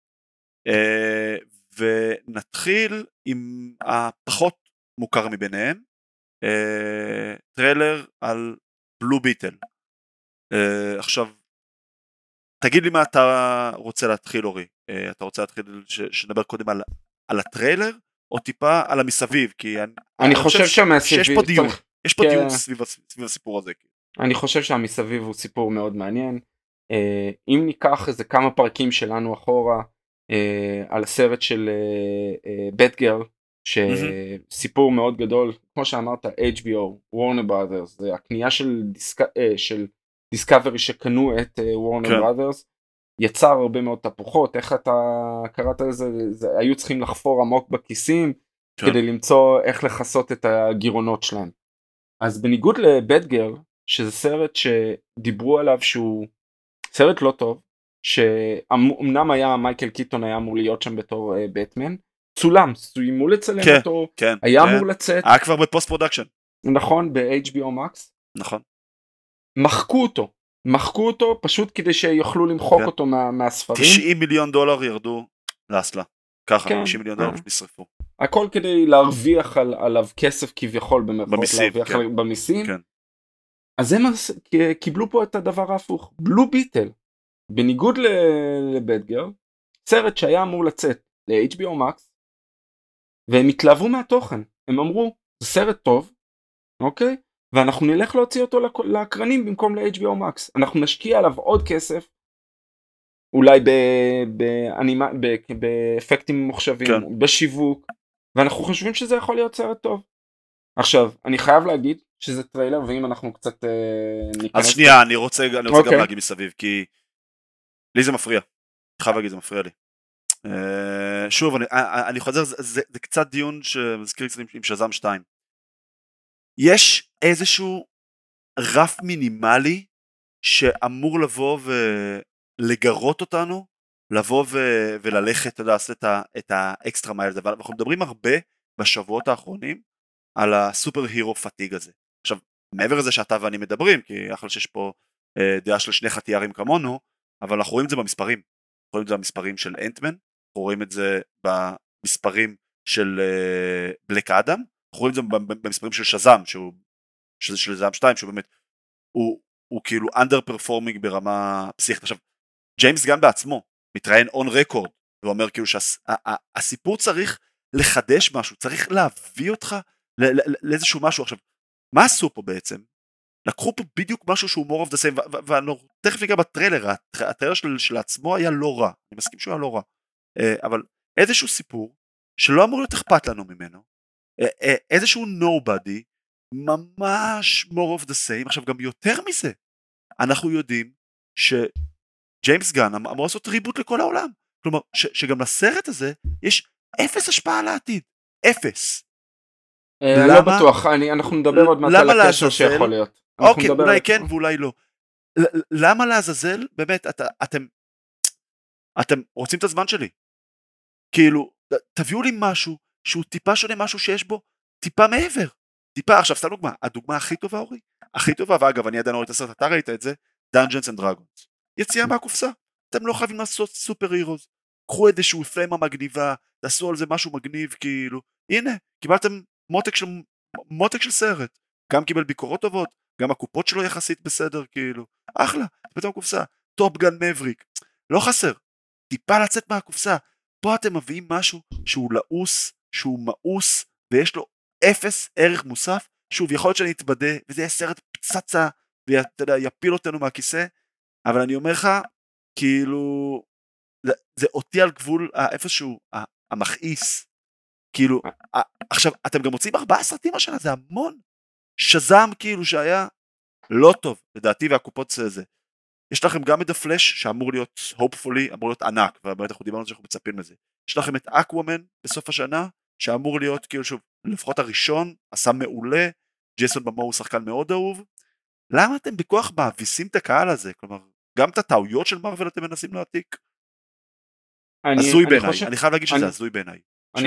ונתחיל עם הפחות מוכר מביניהם, טריילר על בלו ביטל. עכשיו, תגיד לי מה אתה רוצה להתחיל, אורי. אתה רוצה להתחיל שנדבר קודם על הטריילר, או טיפה על המסביב? כי אני חושב שהמסביב... יש פה דיון סביב הסיפור הזה. אני חושב שהמסביב הוא סיפור מאוד מעניין. אם ניקח איזה כמה פרקים שלנו אחורה, על הסרט של בטגרל, שסיפור מאוד גדול, כמו שאמרת, HBO, Warner Brothers, זה הקנייה של דיסקאברי שקנו את Warner Brothers, יצר הרבה מאוד תפוחות. איך אתה קראת לזה? היו צריכים לחפור עמוק בכיסים, כדי למצוא איך לחסות את הגירעונות שלהם. אז בניגוד לבטגרל, שזה סרט שדיברו עליו שהוא סרט לא טוב, שאומנם היה מייקל קיטון היה אמור להיות שם בתור בטמן, צולם, סוימו לצלם אותו, היה אמור לצאת. היה כבר בפוסט פרודקשן. נכון, ב-HBO Max. נכון. מחקו אותו פשוט כדי שיוכלו למחוק אותו מהספרים. $90 מיליון ירדו לאסלה. ככה, $90 מיליון נשרפו. הכל כדי להרוויח עליו כסף כביכול להרוויח במיסים. אז הם קיבלו פה את הדבר ההפוך. בלו ביטל, בניגוד לבטגרל, סרט שהיה אמור לצאת ל-HBO Max, והם התלהבו מהתוכן. הם אמרו, זה סרט טוב, אוקיי? ואנחנו נלך להוציא אותו לאקרנים במקום ל-HBO Max. אנחנו נשקיע עליו עוד כסף, אולי באפקטים מוחשבים, בשיווק, ואנחנו חושבים שזה יכול להיות סרט טוב. עכשיו, אני חייב להגיד שזה טריילר, ואם אנחנו קצת ניכנס... אז שנייה, אני רוצה גם להגיד מסביב, כי לי זה מפריע. אני חייב להגיד, זה מפריע לי. שוב, אני חוזר, זה קצת דיון שמזכיר קצת עם שזם 2. יש איזשהו רף מינימלי שאמור לבוא ולגרות אותנו, לבוא וללכת, לעשות את האקסטרה מייל הזה, ואנחנו מדברים הרבה בשבועות האחרונים על הסופר הירו פטיג הזה. עכשיו, מעבר לזה שאתה ואני מדברים, כי אחלה שיש פה דעה של שני חתיארים כמונו, אבל אנחנו רואים את זה במספרים. אנחנו רואים את זה במספרים של אנטמן, אנחנו רואים את זה במספרים של בלק אדם, אנחנו רואים את זה במספרים של שזם, של שזם 2, שהוא באמת, הוא כאילו אנדר פרפורמינג ברמה פסיכית. עכשיו, ג'יימס גן בעצמו מתראיין און רקורד, והוא אומר כאילו שהסיפור צריך לחדש משהו, צריך להביא אותך לאיזשהו משהו. עכשיו, מה עשו פה בעצם? לקחו פה בדיוק משהו שהוא more of the same, ואני תכף ניגע בטריילר, הטריילר של עצמו היה לא רע, אני מסכים שהוא היה לא רע, אבל איזשהו סיפור שלא אמור להיות אכפת לנו ממנו, איזשהו nobody, ממש more of the same. עכשיו גם יותר מזה, אנחנו יודעים שג'יימס גן אמור לעשות ריבוט לכל העולם, כלומר שגם לסרט הזה יש אפס השפעה על העתיד, אפס. לא בטוח, אנחנו נדבר עוד מעט על הקשר שיכול להיות. אוקיי, אולי כן ואולי לא. למה לעזאזל, באמת, אתם רוצים את הזמן שלי? כאילו, תביאו לי משהו שהוא טיפה שונה, משהו שיש בו טיפה מעבר. טיפה, עכשיו סתם דוגמה, הדוגמה הכי טובה, אורי, הכי טובה, ואגב, אני עדיין רואה את הסרט, אתה ראית את זה, Dungeons and Dragons. יציאה מהקופסה, אתם לא חייבים לעשות סופר הירוס. קחו איזשהו תמה מגניבה, תעשו על זה משהו מגניב, כאילו, הנה, קיבלתם מותק של סרט, גם קיבל ביקורות טובות, גם הקופות שלו יחסית בסדר, כאילו, אחלה, פתאום קופסה, טופ גן מבריק, לא חסר, טיפה לצאת מהקופסה, פה אתם מביאים משהו שהוא לעוס, שהוא מאוס, ויש לו אפס ערך מוסף, שוב, יכול להיות שאני אתבדה, וזה יהיה סרט פצצה, ואתה יודע, יפיל אותנו מהכיסא, אבל אני אומר לך, כאילו, זה אותי על גבול איפשהו, המכעיס, כאילו, עכשיו, אתם גם מוצאים 4 סרטים השנה, זה המון, שזם כאילו שהיה לא טוב, לדעתי, והקופות זה. יש לכם גם את הפלאש, שאמור להיות, hopefully, אמור להיות ענק, ובאמת אנחנו דיברנו על זה שאנחנו מצפים לזה. יש לכם את אקוומן בסוף השנה, שאמור להיות, כאילו שוב, לפחות הראשון, עשה מעולה, ג'ייסון מומואה הוא שחקן מאוד אהוב. למה אתם בכוח מאביסים את הקהל הזה? כלומר, גם את הטעויות של מרוול אתם מנסים להעתיק? הזוי בעיניי, אני חייב להגיד שזה הזוי בעיניי.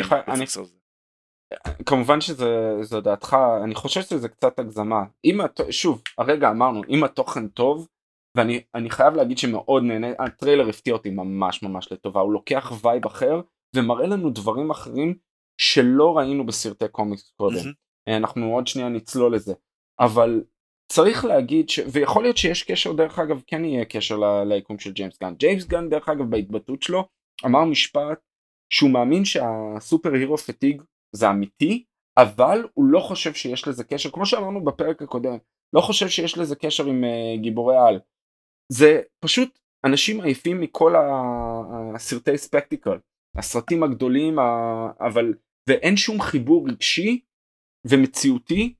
כמובן שזו דעתך, אני חושב שזה קצת הגזמה. שוב, הרגע אמרנו, אם התוכן טוב, ואני חייב להגיד שמאוד נהנה, הטריילר הפתיע אותי ממש ממש לטובה, הוא לוקח וייב אחר, ומראה לנו דברים אחרים שלא ראינו בסרטי קומיקס קודם. אנחנו עוד שנייה נצלול לזה, אבל צריך להגיד, ויכול להיות שיש קשר, דרך אגב, כן יהיה קשר ליקום של ג'יימס גן. ג'יימס גן, דרך אגב, בהתבטאות שלו, אמר משפט שהוא מאמין שהסופר הירו פטיג זה אמיתי, אבל הוא לא חושב שיש לזה קשר, כמו שאמרנו בפרק הקודם, לא חושב שיש לזה קשר עם גיבורי על. זה פשוט אנשים עייפים מכל הסרטי ספקטיקל, הסרטים הגדולים, אבל, ואין שום חיבור רגשי ומציאותי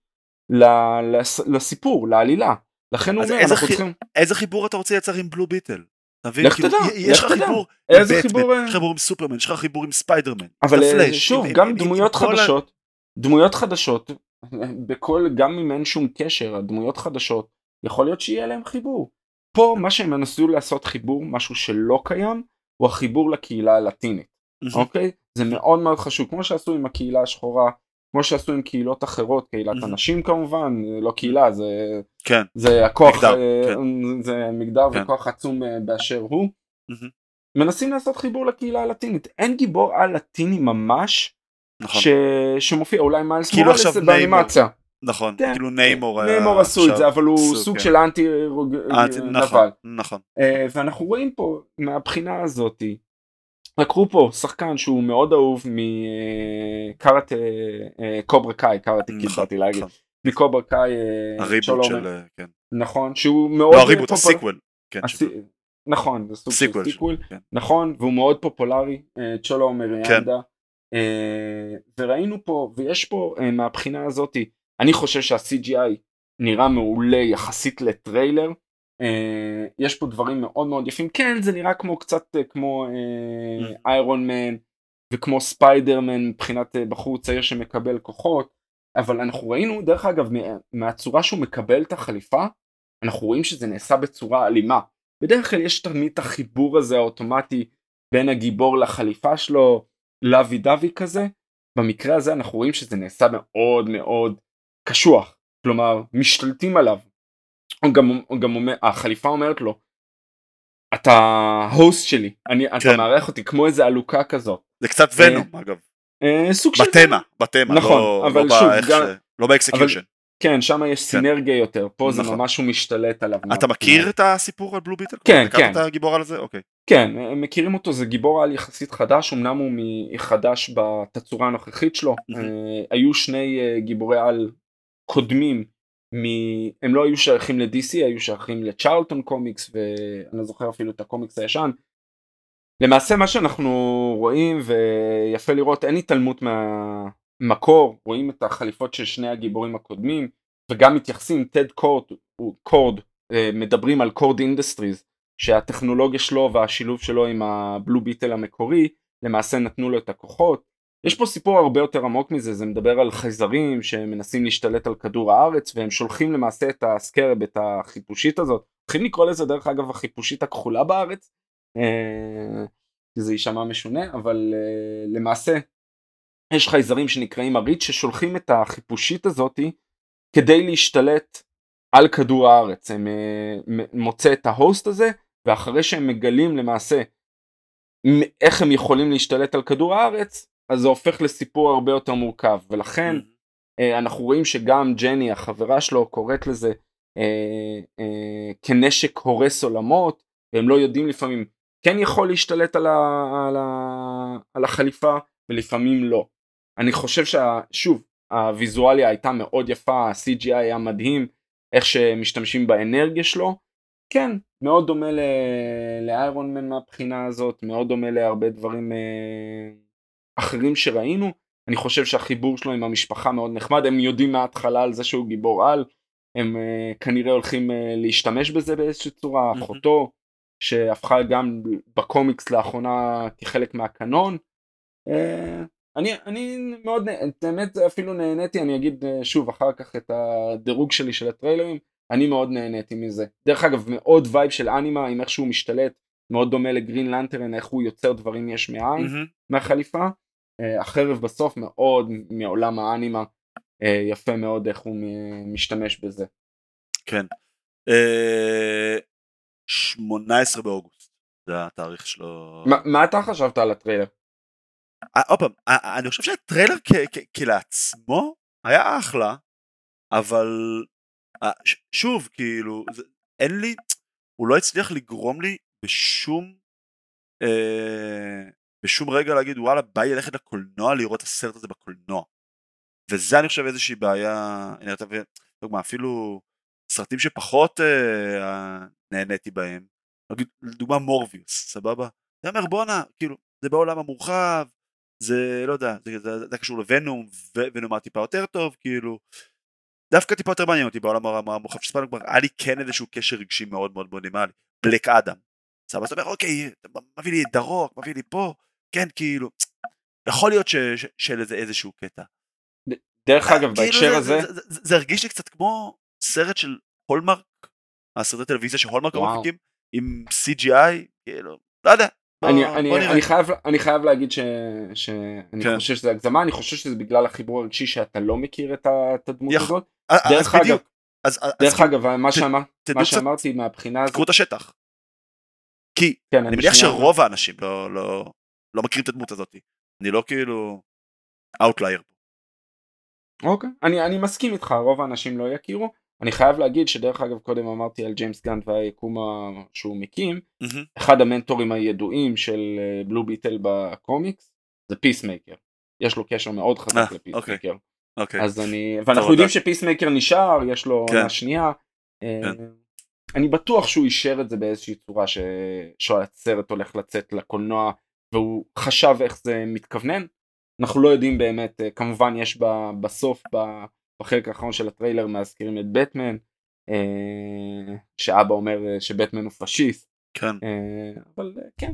לסיפור, לעלילה. לכן הוא אומר, אנחנו צריכים... איזה חיבור אתה רוצה לייצר עם בלו ביטל? לך תדע, יש לך חיבור עם בטמן, יש לך חיבור עם סופרמן, יש לך חיבור עם ספיידרמן. אבל שוב, גם דמויות חדשות, גם אם אין שום קשר, הדמויות חדשות, יכול להיות שיהיה להם חיבור. פה מה שהם מנסו לעשות חיבור, משהו שלא קיים, הוא החיבור לקהילה הלטינית. אוקיי? זה מאוד מאוד חשוב, כמו שעשו עם הקהילה השחורה, כמו שעשו עם קהילות אחרות, קהילת הנשים כמובן, לא קהילה, זה הכוח, זה מגדר וכוח עצום באשר הוא. מנסים לעשות חיבור לקהילה הלטינית, אין גיבור על לטיני ממש, שמופיע, אולי מיילס מוראלס באנימציה. נכון, כאילו ניימור עשו את זה, אבל הוא סוג של אנטי נבל. נכון. ואנחנו רואים פה, מהבחינה הזאת, לקחו פה שחקן שהוא מאוד אהוב מקארט קוברה קאי, קארט קיבלתי להגיד, מקוברה קאי, הריבוט של, כן. נכון, שהוא מאוד... לא הריבוט, הסיקוול. נכון, זה סוג של סיקוול, נכון, והוא מאוד פופולרי, צ'ולו מריאנדה, וראינו פה, ויש פה מהבחינה הזאת, אני חושב שה-CGI נראה מעולה יחסית לטריילר, יש פה דברים מאוד מאוד יפים, כן זה נראה כמו קצת כמו איירון מן וכמו ספיידרמן מבחינת בחור צעיר שמקבל כוחות, אבל אנחנו ראינו דרך אגב מהצורה שהוא מקבל את החליפה, אנחנו רואים שזה נעשה בצורה אלימה, בדרך כלל יש תמיד את החיבור הזה האוטומטי בין הגיבור לחליפה שלו, לוי דווי כזה, במקרה הזה אנחנו רואים שזה נעשה מאוד מאוד קשוח, כלומר משתלטים עליו, גם אומר, החליפה אומרת לו, אתה הוסט שלי, אתה מערך אותי כמו איזה עלוקה כזאת. זה קצת ונום אגב. סוג של בתמה, נכון, אבל שוב, לא באקסקיושן. כן, שם יש סינרגיה יותר, פה זה ממש הוא משתלט עליו. אתה מכיר את הסיפור על בלו ביטל? כן, כן. אתה גיבור על זה? אוקיי. כן, מכירים אותו, זה גיבור על יחסית חדש, אמנם הוא חדש בתצורה הנוכחית שלו, היו שני גיבורי על קודמים, הם לא היו שייכים ל-DC, היו שייכים לצ'רלטון קומיקס, ואני לא זוכר אפילו את הקומיקס הישן. למעשה מה שאנחנו רואים, ויפה לראות, אין התעלמות מהמקור, רואים את החליפות של שני הגיבורים הקודמים, וגם מתייחסים, טד קורד, מדברים על קורד אינדסטריז, שהטכנולוגיה שלו והשילוב שלו עם הבלו ביטל המקורי, למעשה נתנו לו את הכוחות. יש פה סיפור הרבה יותר עמוק מזה, זה מדבר על חייזרים שמנסים להשתלט על כדור הארץ, והם שולחים למעשה את הסקרב, את החיפושית הזאת, צריכים לקרוא לזה דרך אגב החיפושית הכחולה בארץ, זה יישמע משונה, אבל למעשה יש חייזרים שנקראים הריץ' ששולחים את החיפושית הזאת כדי להשתלט על כדור הארץ, הם מוצא את ההוסט הזה, ואחרי שהם מגלים למעשה איך הם יכולים להשתלט על כדור הארץ, אז זה הופך לסיפור הרבה יותר מורכב, ולכן אנחנו רואים שגם ג'ני, החברה שלו, קוראת לזה כנשק הורס עולמות, והם לא יודעים לפעמים כן יכול להשתלט על החליפה ולפעמים לא. אני חושב ששוב הוויזואליה הייתה מאוד יפה, ה-CGI היה מדהים, איך שמשתמשים באנרגיה שלו, כן, מאוד דומה לאיירון מן מהבחינה הזאת, מאוד דומה להרבה דברים אחרים שראינו. אני חושב שהחיבור שלו עם המשפחה מאוד נחמד, הם יודעים מההתחלה על זה שהוא גיבור על, הם כנראה הולכים להשתמש בזה באיזושהי צורה, אחותו שהפכה גם בקומיקס לאחרונה כחלק מהקנון. אני מאוד, באמת אפילו נהניתי, אני אגיד שוב אחר כך את הדירוג שלי של הטריילרים, אני מאוד נהניתי מזה. דרך אגב מאוד וייב של אנימה עם איך שהוא משתלט, מאוד דומה לגרין לנטרן, איך הוא יוצר דברים יש מאין מהחליפה. החרב בסוף מאוד מעולם האנימה, יפה מאוד איך הוא משתמש בזה. כן. 18 באוגוסט, זה התאריך שלו. מה אתה חשבת על הטריילר? עוד פעם, אני חושב שהטריילר כלעצמו היה אחלה, אבל שוב, כאילו, אין לי, הוא לא הצליח לגרום לי בשום רגע להגיד, וואלה, בא לי ללכת לקולנוע לראות הסרט הזה בקולנוע. וזה אני חושב איזושהי בעיה, אפילו סרטים שפחות נהניתי בהם, לדוגמה מורביוס, סבבה? זה אומר בונה, כאילו, זה בעולם המורחב, זה לא יודע, זה קשור לוונום, ונום טיפה יותר טוב, כאילו, דווקא טיפה יותר מעניין אותי בעולם המורחב של ספיידרמן, כבר היה לי כן איזשהו קשר רגשי מאוד מאוד מינימלי, בלק אדם, סבבה, זאת אומרת, אוקיי, מביא לי דרוק, מביא לי פה, כן, כאילו, יכול להיות של איזשהו קטע. דרך אגב, בהקשר הזה זה הרגיש לי קצת כמו סרט של הולמרק, הסרטי טלוויזיה של הולמרק המפיקים, עם CGI, כאילו, לא יודע. אני חייב להגיד שאני חושב שזה הגזמה, אני חושב שזה בגלל החיבור הרגשי שאתה לא מכיר את הדמות הזאת. דרך אגב, מה שאמרתי מהבחינה הזאת, תקרו את השטח. כי אני מניח שרוב האנשים לא מכירים את הדמות הזאת. אני לא כאילו אאוטלייר. אוקיי, אני מסכים איתך, רוב האנשים לא יכירו. אני חייב להגיד שדרך אגב קודם אמרתי על ג'יימס גן והיקום שהוא מקים, אחד המנטורים הידועים של בלו ביטל בקומיקס זה פיסמייקר, יש לו קשר מאוד חזק לפיסמייקר, אז ואנחנו יודעים שפיסמייקר נשאר, יש לו עונה שנייה, אני בטוח שהוא אישר את זה באיזושהי צורה שהסרט הולך לצאת לקולנוע והוא חשב איך זה מתכוונן. אנחנו לא יודעים באמת, כמובן יש בסוף בחלק האחרון של הטריילר מזכירים את בטמן, שאבא אומר שבטמן הוא פשיסט, כן. אבל כן,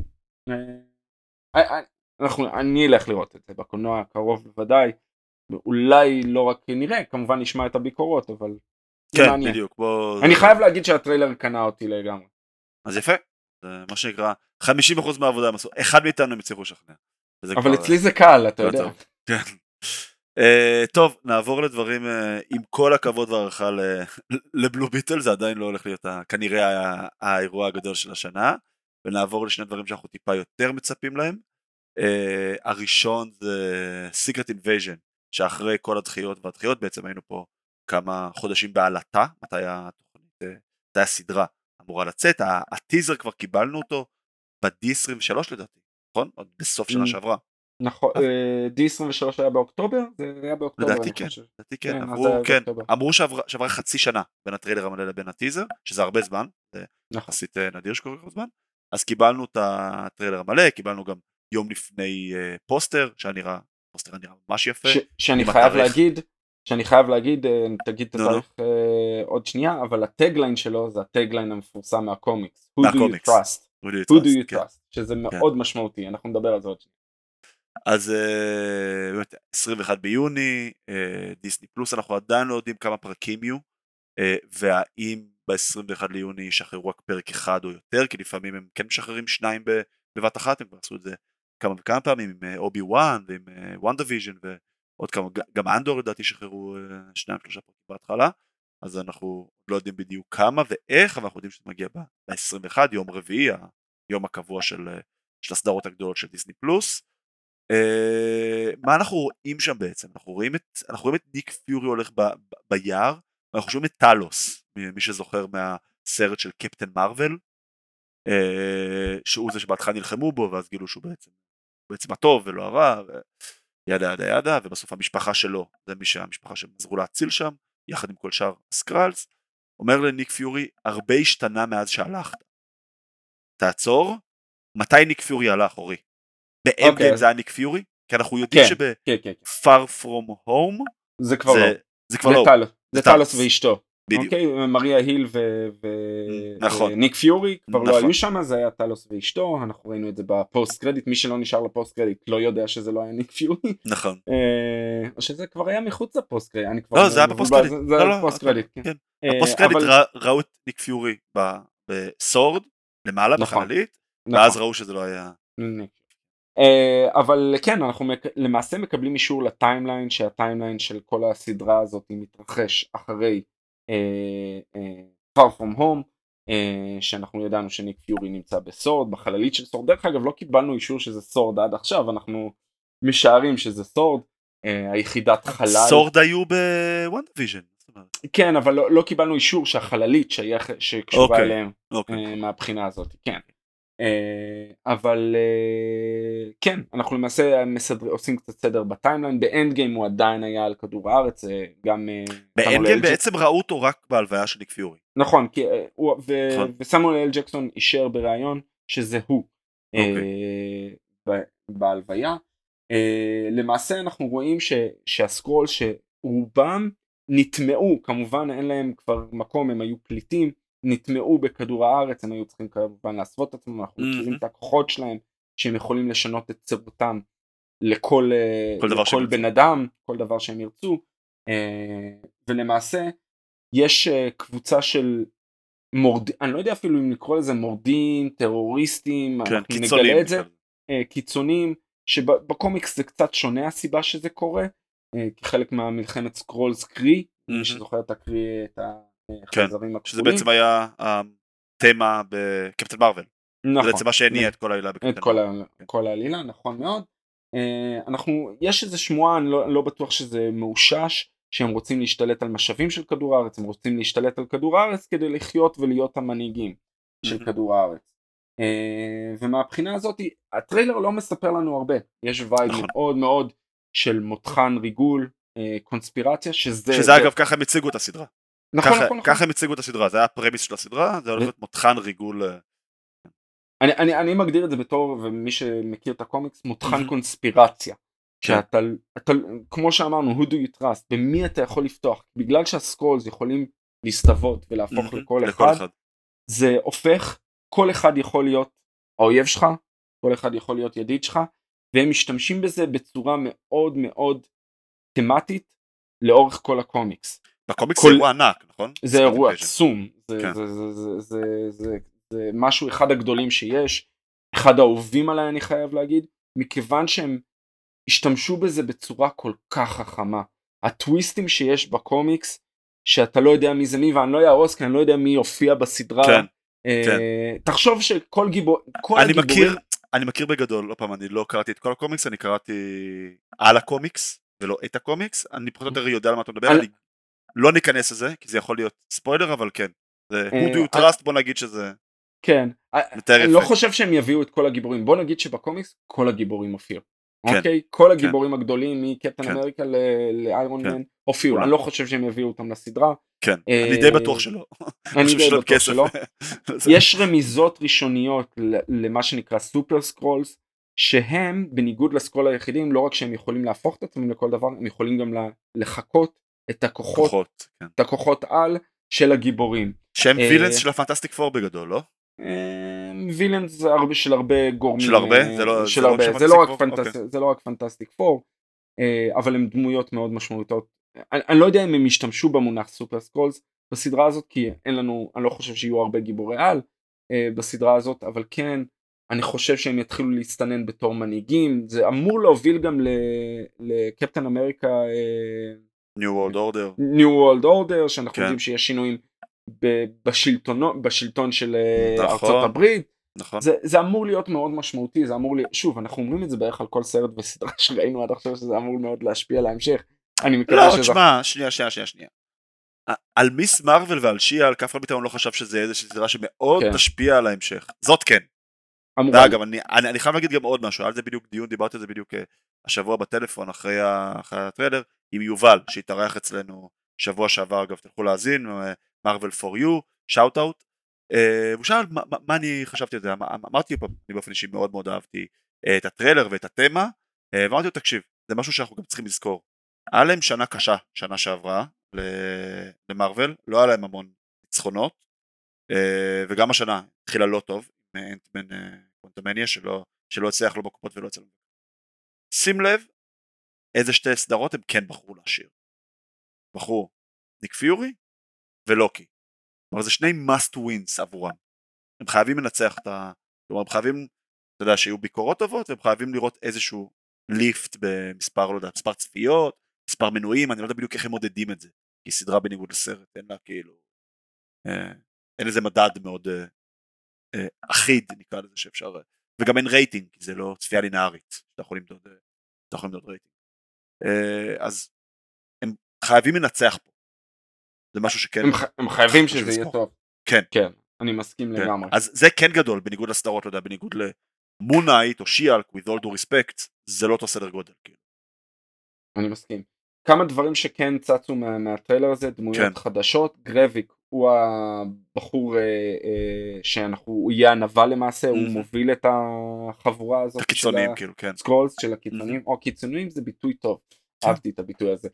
אני אלך לראות את זה בקולנוע הקרוב בוודאי, אולי לא רק נראה, כמובן נשמע את הביקורות, אבל כן, בדיוק. אני חייב להגיד שהטריילר קנה אותי לגמרי. אז יפה, זה מה שנקרא 50% מהעבודה הם עשו, אחד מאיתנו הם הצליחו לשכנע. אבל אצלי זה קל, אתה יודע. כן. טוב, נעבור לדברים, עם כל הכבוד והערכה לבלו ביטל, זה עדיין לא הולך להיות כנראה האירוע הגדול של השנה, ונעבור לשני דברים שאנחנו טיפה יותר מצפים להם. הראשון זה Secret Invasion, שאחרי כל הדחיות והדחיות, בעצם היינו פה כמה חודשים בעלתה, מתי הסדרה אמורה לצאת, הטיזר כבר קיבלנו אותו ב-D23 לדעתי, נכון? עוד בסוף שנה שעברה. נכון, D23 היה באוקטובר? זה היה באוקטובר, לדעתי כן, אמרו שעברה חצי שנה בין הטריילר המלא לבין הטיזר, שזה הרבה זמן, זה יחסית נדיר שקורה כל זמן, אז קיבלנו את הטריילר המלא, קיבלנו גם יום לפני פוסטר, פוסטר נראה ממש יפה. שאני חייב להגיד, תגיד את התאריך עוד שנייה, אבל הטגליין שלו זה הטגליין המפורסם מהקומיקס, Who do you trust? Who do you trust? שזה מאוד משמעותי, אנחנו נדבר על זה עוד שנייה. אז 21 ביוני, דיסני פלוס, אנחנו עדיין לא יודעים כמה פרקים יהיו, והאם ב-21 ליוני ישחררו רק פרק אחד או יותר, כי לפעמים הם כן משחררים שניים בבת אחת, הם כבר עשו את זה כמה וכמה פעמים עם אובי וואן ועם וואן דיוויז'ן ועוד כמה, גם אנדור לדעתי שחררו 2-3 פרקים בהתחלה, אז אנחנו לא יודעים בדיוק כמה ואיך, אבל אנחנו יודעים שזה מגיע ב-21, יום רביעי, היום הקבוע של הסדרות הגדולות של דיסני פלוס. מה אנחנו רואים שם בעצם? אנחנו רואים את ניק פיורי הולך ביער, ואנחנו שומעים את טלוס, מי שזוכר מהסרט של קפטן מרוול, שהוא זה שבהתחלה נלחמו בו, ואז גילו שהוא בעצם הטוב ולא הרע, ידה ידה ידה, ובסוף המשפחה שלו, זה מי שהמשפחה שהם עזרו להציל שם, יחד עם כל שאר הסקרלס, אומר לניק פיורי, הרבה השתנה מאז שהלכת. תעצור, מתי ניק פיורי הלך, אורי? באנד גיים זה היה ניק פיורי? כי אנחנו יודעים שב-Far From Home זה כבר לא. זה כבר לא. זה טלוס ואשתו. בדיוק. מריה היל וניק פיורי כבר לא היו שם, זה היה טלוס ואשתו, אנחנו ראינו את זה בפוסט קרדיט, מי שלא נשאר לפוסט קרדיט לא יודע שזה לא היה ניק פיורי. נכון. או שזה כבר היה מחוץ לפוסט קרדיט. לא, זה היה בפוסט קרדיט. זה היה בפוסט קרדיט. בפוסט קרדיט ראו את ניק פיורי בסורד, למעלה בחללית, ואז ראו שזה לא היה... אבל כן, אנחנו למעשה מקבלים אישור לטיימליין, שהטיימליין של כל הסדרה הזאת מתרחש אחרי Far From Home, שאנחנו ידענו שניק פיורי נמצא בסורד, בחללית של סורד. דרך אגב, לא קיבלנו אישור שזה סורד עד עכשיו, אנחנו משערים שזה סורד, היחידת חלל. סורד היו בוונדוויז'ן. כן, אבל לא קיבלנו אישור שהחללית שקשורה אליהם מהבחינה הזאת, כן. אבל כן, אנחנו למעשה עושים קצת סדר בטיימליין. באנד גיים הוא עדיין היה על כדור הארץ, גם באנד גיים בעצם ראו אותו רק בהלוויה של ניק פיורי. נכון, וסמואל אל ג'קסון אישר בראיון שזה הוא בהלוויה. למעשה אנחנו רואים שהסקרול שרובם נטמעו, כמובן אין להם כבר מקום, הם היו פליטים, נטמעו בכדור הארץ, הם היו צריכים כמובן להסוות את עצמם, אנחנו מכירים את הכוחות שלהם, שהם יכולים לשנות את צורתם לכל בן אדם, כל דבר שהם ירצו, ולמעשה יש קבוצה של מורדים, אני לא יודע אפילו אם לקרוא לזה מורדים, טרוריסטים, כן, אנחנו נגלה את זה, קיצונים, שבקומיקס זה קצת שונה הסיבה שזה קורה, כחלק מהמלחמת סקרולס קרי, מי שזוכר את הקרי, את החייזרים הכחולים. שזה בעצם היה התמה בקפטן מרוול. נכון. זה בעצם מה שהניע את כל העלילה בקפטן מרוול. את כל העלילה, נכון מאוד. יש איזה שמועה, אני לא בטוח שזה מאושש, שהם רוצים להשתלט על משאבים של כדור הארץ, הם רוצים להשתלט על כדור הארץ כדי לחיות ולהיות המנהיגים של כדור הארץ. ומהבחינה הזאת, הטריילר לא מספר לנו הרבה. יש וייב מאוד מאוד של מותחן ריגול, קונספירציה, שזה אגב ככה הם הציגו את הסדרה. נכון. ככה הם הציגו את הסדרה, זה היה הפרמיס של הסדרה, זה הולך להיות מותחן ריגול. אני מגדיר את זה בתור, ומי שמכיר את הקומיקס, מותחן קונספירציה. שאתה, כמו שאמרנו, who do you trust, במי אתה יכול לפתוח, בגלל שהסקרולס יכולים להסתוות ולהפוך לכל אחד, זה הופך, כל אחד יכול להיות האויב שלך, כל אחד יכול להיות ידיד שלך, והם משתמשים בזה בצורה מאוד מאוד תמטית לאורך כל הקומיקס. בקומיקס זה אירוע ענק, נכון? זה אירוע עצום, זה משהו אחד הגדולים שיש, אחד האהובים עליי אני חייב להגיד, מכיוון שהם השתמשו בזה בצורה כל כך חכמה. הטוויסטים שיש בקומיקס, שאתה לא יודע מי זה מי, ואני לא יערוס, כי אני לא יודע מי יופיע בסדרה. תחשוב שכל גיבור, אני מכיר בגדול, לא פעם, אני לא קראתי את כל הקומיקס, אני קראתי על הקומיקס, ולא את הקומיקס, אני פחות או יותר יודע על מה אתה מדבר, אני לא ניכנס לזה, כי זה יכול להיות ספוילר, אבל כן, זה who do you trust, בוא נגיד שזה... כן, אני לא חושב שהם יביאו את כל הגיבורים, בוא נגיד שבקומיקס כל הגיבורים הופיעו, אוקיי? כל הגיבורים הגדולים מקפטן אמריקה לאיירון מן הופיעו, אני לא חושב שהם יביאו אותם לסדרה. כן, אני די בטוח שלא. אני די בטוח שלא. יש רמיזות ראשוניות למה שנקרא סופר סקרולס, שהם בניגוד לסקרול היחידים, לא רק שהם יכולים להפוך את עצמם לכל דבר, הם יכולים גם לחכות את הכוחות על של הגיבורים. שהם וילנס של הפנטסטיק פור בגדול, לא? וילנס של הרבה גורמים. של הרבה? זה לא רק פנטסטיק פור, אבל הם דמויות מאוד משמעותיות. אני לא יודע אם הם השתמשו במונח סופר סקרולס בסדרה הזאת, כי אני לא חושב שיהיו הרבה גיבורי על בסדרה הזאת, אבל כן, אני חושב שהם יתחילו להסתנן בתור מנהיגים, זה אמור להוביל גם לקפטן אמריקה New World Order, שאנחנו יודעים שיש שינויים בשלטון של ארצות הברית, זה אמור להיות מאוד משמעותי, זה אמור להיות, שוב, אנחנו אומרים את זה בערך על כל סרט וסדרה שראינו עד עכשיו, שזה אמור מאוד להשפיע על ההמשך. אני מקווה שזה... לא, תשמע, שנייה. על מיס מרוול ועל שיאל, כף אחד מאיתנו לא חשב שזה איזושהי סדרה שמאוד תשפיע על ההמשך. זאת כן. ואגב, אני חייב להגיד גם עוד משהו, על זה בדיוק דיון, דיברתי על זה בדיוק השבוע בטלפון אחרי הטריילר, עם יובל, שהתארח אצלנו שבוע שעבר, אגב, תלכו להאזין, מרוול פור יו, שאוט אאוט, והוא שאל מה אני חשבתי על זה, אמרתי פעם, אני באופן אישי מאוד מאוד אהבתי את הטריילר ואת התמה, ואמרתי לו, תקשיב, זה משהו שאנחנו גם צריכים לזכור, היה להם שנה קשה, שנה שעברה למרוול, לא היה להם המון ניצחונות, וגם השנה התחילה לא טוב, עם אנטמן קוונטמניה, שלא הצליח לא בקופות ולא אצלנו. שים לב איזה שתי סדרות הם כן בחרו להשאיר. בחרו ניק פיורי ולוקי. כלומר זה שני must wins עבורם. הם חייבים לנצח כלומר הם חייבים, אתה יודע, שיהיו ביקורות טובות, והם חייבים לראות איזשהו ליפט במספר, לא יודע, מספר צפיות, מספר מנויים, אני לא יודע בדיוק איך הם מודדים את זה. כי סדרה בניגוד לסרט, אין לה כאילו, אין איזה מדד מאוד אחיד נקרא לזה שאפשר, וגם אין רייטינג, כי זה לא צפייה לינארית, אתה יכול למדוד רייטינג. אז הם חייבים לנצח פה. זה משהו שכן... הם חייבים שזה יהיה טוב. כן. כן, אני מסכים לגמרי. אז זה כן גדול, בניגוד לסדרות, לא יודע, בניגוד למונייט או שיאלק, with all due respect, זה לא אותו סדר גודל. אני מסכים. כמה דברים שכן צצו מהטריילר הזה, דמויות חדשות, גרביק הוא הבחור הוא יהיה הנבל למעשה, הוא מוביל את החבורה הזאת של הסקרולס, של הקיצוניים, או קיצוניים זה ביטוי טוב, אהבתי את הביטוי הזה.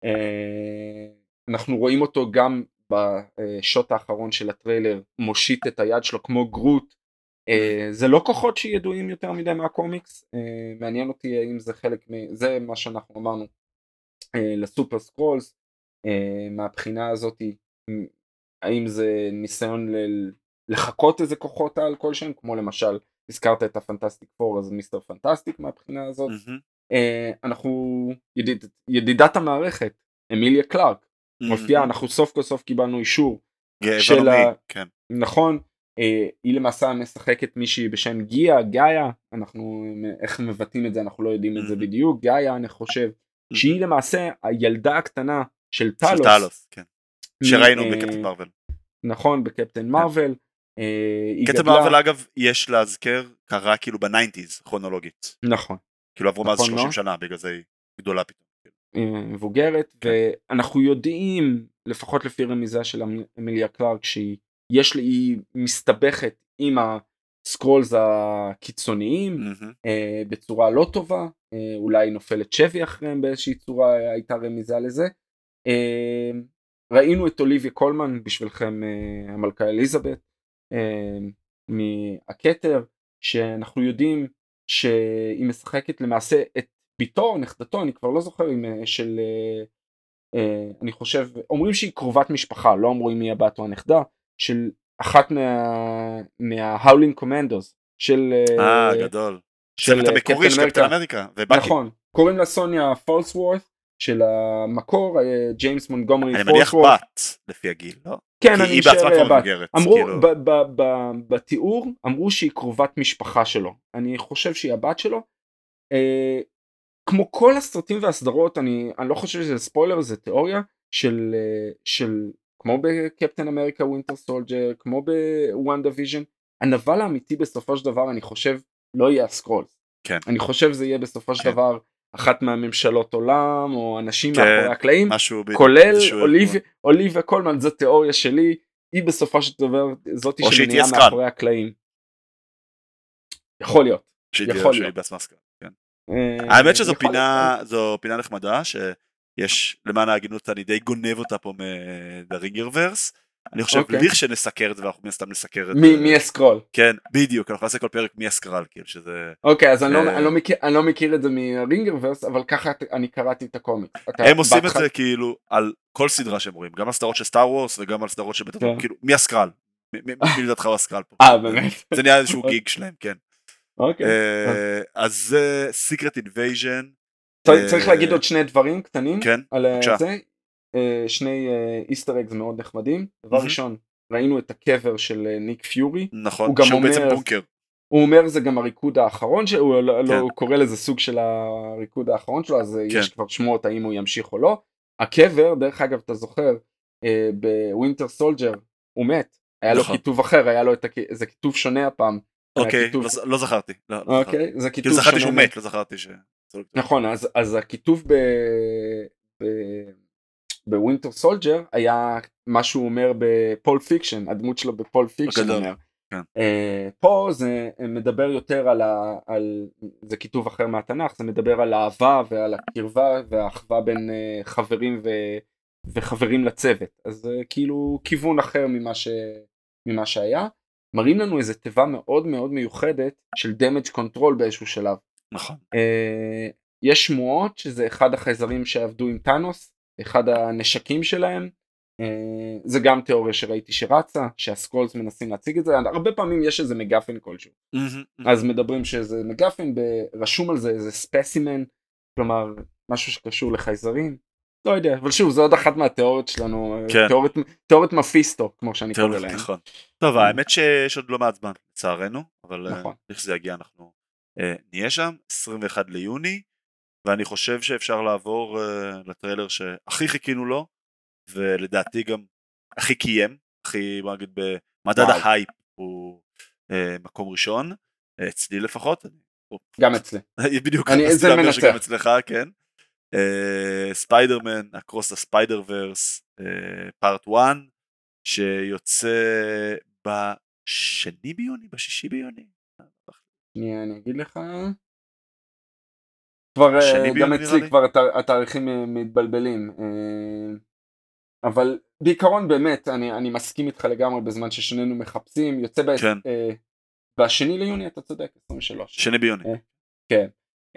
אנחנו רואים אותו גם בשוט האחרון של הטריילר, מושיט את היד שלו כמו גרוט, זה לא כוחות שידועים יותר מדי מהקומיקס, מעניין אותי האם זה חלק, זה מה שאנחנו אמרנו לסופר סקרולס, מהבחינה הזאת, האם זה ניסיון לחכות איזה כוחות על כלשהם, כמו למשל, הזכרת את הפנטסטיק פור, אז מיסטר פנטסטיק מהבחינה הזאת, אנחנו, ידידת המערכת, אמיליה קלארק, מופיעה, אנחנו סוף כל סוף קיבלנו אישור, נכון, היא למעשה משחקת מישהי בשם גאיה, אנחנו, איך מבטאים את זה, אנחנו לא יודעים את זה בדיוק, גאיה אני חושב, שהיא למעשה הילדה הקטנה של טלוס, שראינו בקפטן מרוול. נכון, בקפטן מרוול. קפטן מרוול אגב יש להזכר קרה כאילו ב-90s כרונולוגית. נכון. כאילו עברו מאז 30 שנה, בגלל זה היא גדולה פתאום. מבוגרת, ואנחנו יודעים, לפחות לפי רמיזה של אמיליה קלארק, שהיא מסתבכת עם הסקרולס הקיצוניים, בצורה לא טובה, אולי נופלת שבי אחריהם באיזושהי צורה, הייתה רמיזה לזה. ראינו את אוליביה קולמן, בשבילכם המלכה אליזבת, מהכתר, שאנחנו יודעים שהיא משחקת למעשה את ביתו, נכדתו, אני כבר לא זוכר של, אני חושב, אומרים שהיא קרובת משפחה, לא אומרים מי הבת או הנכדה, של אחת מההאולינג קומנדוס, של... גדול. של המקורי של קפטן אמריקה, ובאקי. נכון, קוראים לה סוניה פולסוורת' של המקור, ג'יימס מונגומרי פולסוורת'. אני מניח בת, לפי הגיל, לא? כן, אני משאר היה בת. אמרו, כאילו... בתיאור, אמרו שהיא קרובת משפחה שלו. אני חושב שהיא הבת שלו. כמו כל הסרטים והסדרות, אני לא חושב שזה ספוילר, זה תיאוריה של כמו בקפטן אמריקה ווינטר סולג'ר, כמו בוואנדה ויז'ן, הנבל האמיתי בסופו של דבר, אני חושב, לא יהיה הסקרולס. כן. אני חושב זה יהיה בסופו של דבר אחת מהממשלות עולם, או אנשים מאחורי הקלעים, כולל אוליביה קולמן, זו תיאוריה שלי, היא בסופו של דבר, זאתי שמניעה מאחורי הקלעים. יכול להיות. יכול להיות. האמת שזו פינה נחמדה, שיש למען ההגינות, אני די גונב אותה פה מהרינגרברס, אני חושב בליך שנסקר את זה, ואנחנו סתם נסקר את זה. מי הסקרול. כן, בדיוק, אנחנו נעשה כל פרק מי הסקרל, כאילו שזה... אוקיי, אז אני לא מכיר את זה מהרינגרברס, אבל ככה אני קראתי את הקומיקס. הם עושים את זה כאילו על כל סדרה שהם רואים, גם על סדרות של סטאר וורס, וגם על סדרות של בית הדברים, כאילו, מי הסקרל? מי לדעתך הוא הסקרל פה? באמת? זה נהיה איזשהו גיג שלהם, כן. אוקיי. אז זה Secret Invasion. צריך להגיד עוד שני דברים קטנים. כן, בבקשה. שני איסטר אגס מאוד נחמדים. דבר ראשון, ראינו את הקבר של ניק פיורי. נכון, שהוא בעצם בונקר. הוא אומר זה גם הריקוד האחרון, הוא קורא לזה סוג של הריקוד האחרון שלו, אז יש כבר שמועות האם הוא ימשיך או לא. הקבר, דרך אגב אתה זוכר, בווינטר סולג'ר הוא מת, היה לו נכון. כיתוב אחר, היה לו איזה כיתוב שונה הפעם. אוקיי, הכיתוב... לא זכרתי. לא זכרתי. אוקיי, זה כיתוב כאילו זכרתי שונה. שהוא מת, לא זכרתי ש... נכון, אז הכיתוב בווינטר סולג'ר היה מה שהוא אומר בפול פיקשן, הדמות שלו בפול פיקשן גדול. אומר. כן. פה זה מדבר יותר על זה כיתוב אחר מהתנ"ך, זה מדבר על האהבה ועל הקרבה והאחווה בין חברים וחברים לצוות, אז זה כאילו כיוון אחר ממה שהיה. מראים לנו איזה תיבה מאוד מאוד מיוחדת של damage control באיזשהו שלב. נכון. יש שמועות שזה אחד החייזרים שעבדו עם טאנוס, אחד הנשקים שלהם, זה גם תיאוריה שראיתי שרצה, שהסקרולס מנסים להציג את זה, הרבה פעמים יש איזה מגפן כלשהו, אז מדברים שזה מגפן, רשום על זה איזה ספסימן, כלומר משהו שקשור לחייזרים, לא יודע, אבל שוב, זו עוד אחת מהתיאוריות שלנו, תיאוריות מפיסטו, כמו שאני קורא להם. נכון. טוב, האמת שיש עוד לא מעט זמן, לצערנו, אבל איך זה יגיע, אנחנו נהיה שם, 21 ליוני, ואני חושב שאפשר לעבור לטריילר שהכי חיכינו לו, ולדעתי גם הכי קיים, הכי, בוא נגיד, במדד ההייפ הוא מקום ראשון, אצלי לפחות. גם אצלי. בדיוק, רציתי להגיד שגם אצלך, כן. ספיידרמן, אקרוס הספיידר ורס, פארט 1, שיוצא בשני ביוני, בשישי ביוני. אני אגיד לך... כבר גם אצלי כבר התאריכים מתבלבלים, אבל בעיקרון באמת אני מסכים איתך לגמרי בזמן ששנינו מחפשים, יוצא בשני ליוני, אתה צודק, 23. שני ביוני. כן.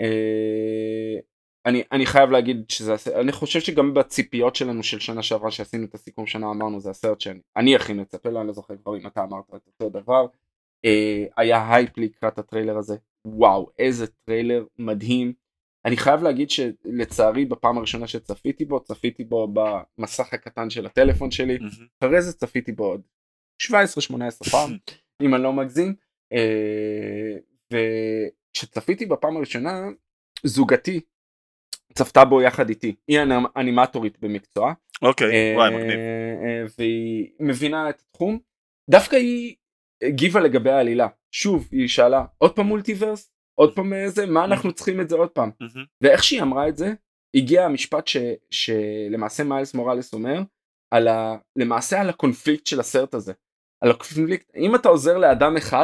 אני חייב להגיד שזה, אני חושב שגם בציפיות שלנו של שנה שעברה שעשינו את הסיכום שנה אמרנו זה הסרט שאני הכי מצפה לו, אני לא זוכר כבר אם אתה אמרת את אותו דבר, היה הייפ לקראת הטריילר הזה, וואו איזה טריילר מדהים. אני חייב להגיד שלצערי בפעם הראשונה שצפיתי בו במסך הקטן של הטלפון שלי, אחרי זה צפיתי בו עוד 17-18 פעם, אם אני לא מגזים, וכשצפיתי בפעם הראשונה, זוגתי צפתה בו יחד איתי, היא אנימטורית במקצוע, אוקיי, וואי מגניב, והיא מבינה את התחום, דווקא היא הגיבה לגבי העלילה, שוב היא שאלה, עוד פעם מולטיברס? עוד פעם איזה, מה אנחנו צריכים את זה עוד פעם? ואיך שהיא אמרה את זה, הגיע המשפט שלמעשה מיילס מוראלס אומר, למעשה על הקונפליקט של הסרט הזה. על הקונפליקט, אם אתה עוזר לאדם אחד,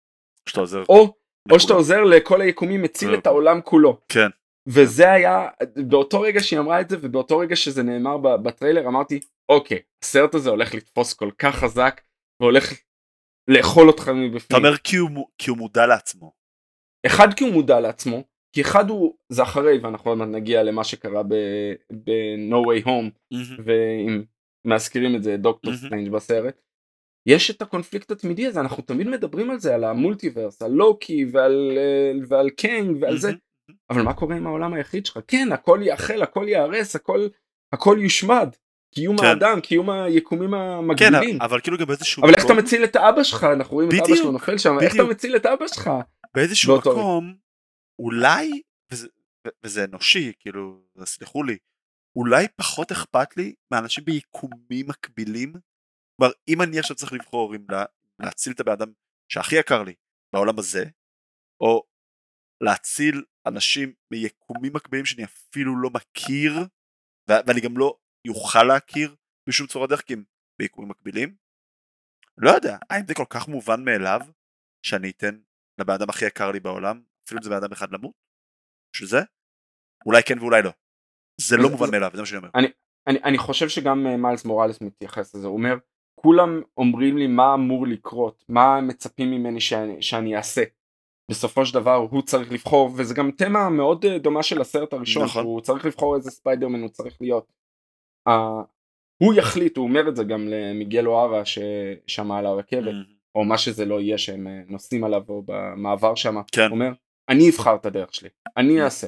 או שאתה עוזר לכל היקומים, מציל את העולם כולו. כן. וזה היה, באותו רגע שהיא אמרה את זה, ובאותו רגע שזה נאמר בטריילר, אמרתי, אוקיי, הסרט הזה הולך לתפוס כל כך חזק, והולך לאכול אותך מבפנים. אתה אומר כי הוא מודע לעצמו. אחד כי הוא מודע לעצמו, כי אחד הוא, זה אחרי, ואנחנו נגיע למה שקרה ב-No Way Home, ואם מזכירים את זה, דוקטור סטרנג' בסרט, יש את הקונפליקט התמידי הזה, אנחנו תמיד מדברים על זה, על המולטיברס, על לוקי ועל קנג ועל זה, אבל מה קורה עם העולם היחיד שלך? כן, הכל יאכל, הכל יארס, הכל יושמד, קיום האדם, קיום היקומים המקבילים. כן, אבל כאילו גם באיזשהו... אבל איך אתה מציל את אבא שלך? אנחנו רואים את אבא שלו נופל שם, איך אתה מציל את אבא שלך? באיזשהו מקום, אולי, וזה אנושי, כאילו, סליחו לי, אולי פחות אכפת לי מאנשים ביקומים מקבילים, כלומר, אם אני עכשיו צריך לבחור אם להציל את הבן אדם שהכי יקר לי בעולם הזה, או להציל אנשים ביקומים מקבילים שאני אפילו לא מכיר, ואני גם לא יוכל להכיר בשום צורה דרך, כי הם ביקומים מקבילים, לא יודע, האם זה כל כך מובן מאליו, שאני אתן לבן אדם הכי יקר לי בעולם, אפילו אם זה בן אדם אחד למות, שזה, אולי כן ואולי לא, זה לא מובן מאליו, זה מה שאני אומר. אני חושב שגם מיילס מוראלס מתייחס לזה, הוא אומר, כולם אומרים לי מה אמור לקרות, מה מצפים ממני שאני אעשה, בסופו של דבר הוא צריך לבחור, וזה גם תמה מאוד דומה של הסרט הראשון, נכון. הוא צריך לבחור איזה ספיידרמן הוא צריך להיות, הוא יחליט, הוא אומר את זה גם למיגל אוהרה ששמע על הרכבת, או מה שזה לא יהיה שהם נוסעים עליו או במעבר שם, כן. הוא אומר, אני אבחר את הדרך שלי, אני אעשה,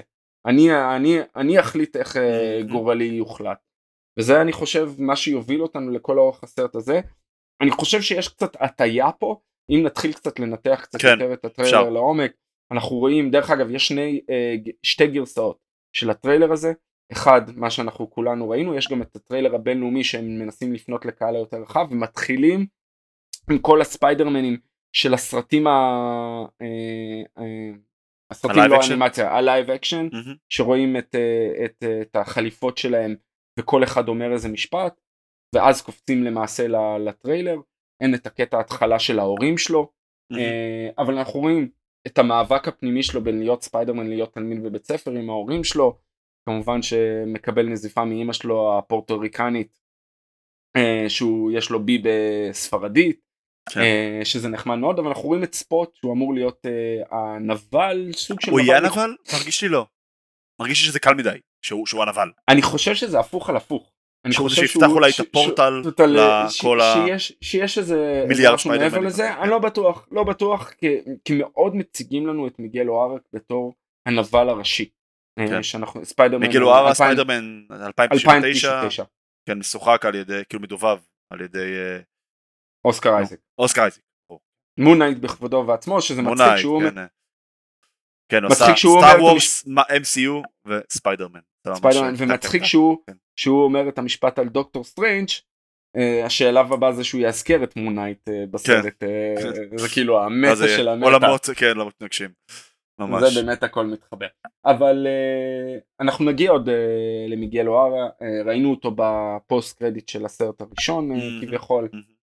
אני אחליט איך גורלי יוחלט, וזה אני חושב מה שיוביל אותנו לכל אורך הסרט הזה. אני חושב שיש קצת הטיה פה, אם נתחיל קצת לנתח קצת כן, יותר את הטריילר לעומק, אנחנו רואים, דרך אגב יש שתי גרסאות של הטריילר הזה, אחד, מה שאנחנו כולנו ראינו, יש גם את הטריילר הבינלאומי שהם מנסים לפנות לקהל היותר רחב, ומתחילים עם כל הספיידרמנים של הסרטים הסרטים לא האנימציה, הלייב אקשן, שרואים את החליפות שלהם וכל אחד אומר איזה משפט, ואז קופצים למעשה לטריילר, אין את הקטע ההתחלה של ההורים שלו, אבל אנחנו רואים את המאבק הפנימי שלו בין להיות ספיידרמן להיות תלמיד בבית ספר עם ההורים שלו, כמובן שמקבל נזיפה מאמא שלו הפורטוריקנית, שיש לו בי בספרדית, שזה נחמד מאוד, אבל אנחנו רואים את ספוט שהוא אמור להיות הנבל, סוג של נבל. הוא יהיה נבל? מרגיש לי לא. מרגיש לי שזה קל מדי, שהוא הנבל. אני חושב שזה הפוך על הפוך. אני חושב שיפתח אולי את הפורטל לכל שיש איזה מיליארד משהו מעבר לזה, אני לא בטוח, כי מאוד מציגים לנו את מיגל אוהרה בתור הנבל הראשי. מיגל אוהרה, ספיידרמן 2099, כן, משוחק על ידי, כאילו מדובב על ידי אוסקר אייזק. מונייט בכבודו ועצמו, שזה מצחיק שהוא אומר, כן, עושה סטאר וורס, MCU וספיידרמן. ומצחיק שהוא אומר את המשפט על דוקטור סטרנג', השאלה הבאה זה שהוא יאזכר את מונייט בסרט, זה כאילו המטה של המטה. עולמות, כן, לא מתנגשים. זה באמת הכל מתחבר. אבל אנחנו נגיע עוד למיגל אוהרה, ראינו אותו בפוסט קרדיט של הסרט הראשון כביכול,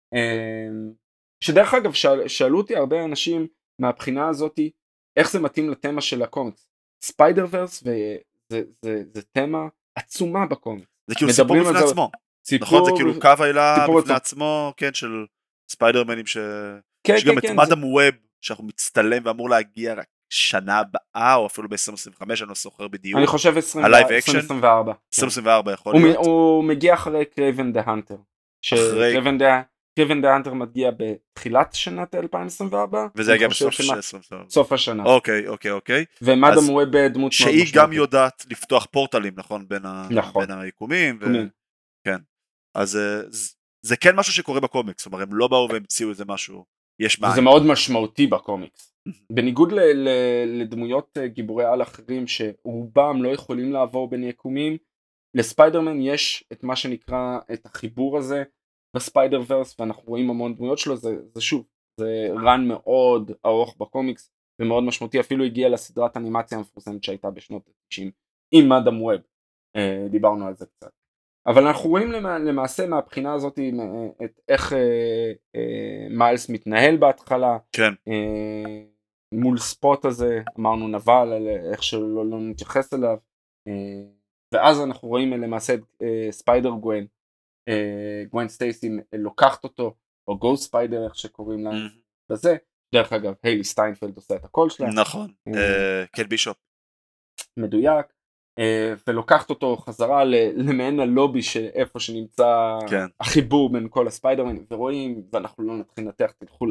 שדרך אגב שאלו אותי הרבה אנשים מהבחינה הזאת, איך זה מתאים לתמה של הקומיקס. ספיידר ורס זה תמה עצומה בקומיקס. זה כאילו סיפור בפני עצמו. נכון, זה כאילו קו העילה בפני עצמו, כן, של ספיידרמנים יש גם את מאדם ווב שאנחנו מצטלם ואמור להגיע רק שנה הבאה או אפילו ב-2025, אני לא סוחר בדיוק. אני חושב 2024. 2024 יכול להיות. הוא מגיע אחרי קרייבן דה הנטר. קרייבן דה הנטר מגיע בתחילת שנת 2024. וזה יגיע בסוף 2024. סוף השנה. אוקיי. ומאדם ווב בדמות שהיא גם יודעת לפתוח פורטלים, נכון, בין היקומים. כן. אז זה כן משהו שקורה בקומיקס, זאת אומרת, הם לא באו והמציאו איזה משהו, יש מה. זה מאוד משמעותי בקומיקס. בניגוד לדמויות גיבורי על אחרים שרובם לא יכולים לעבור בין יקומים, לספיידרמן יש את מה שנקרא את החיבור הזה בספיידר ורס, ואנחנו רואים המון דמויות שלו, זה שוב, זה רן מאוד ארוך בקומיקס ומאוד משמעותי, אפילו הגיע לסדרת אנימציה המפורסמת שהייתה בשנות ה-90 עם מאדם ווב, דיברנו על זה קצת. אבל אנחנו רואים למעשה מהבחינה הזאת את איך מיילס מתנהל בהתחלה, כן. מול ספוט הזה, אמרנו נבל, איך שלא נתייחס אליו, ואז אנחנו רואים למעשה את ספיידר גווין סטייסי לוקחת אותו, או גו ספיידר איך שקוראים לה בזה, דרך אגב היילי סטיינפלד עושה את הקול שלה. נכון, קייט בישופ. מדויק. ולוקחת אותו חזרה למעין הלובי איפה שנמצא החיבור בין כל הספיידרמן, ורואים, ואנחנו לא נתחיל לנתח,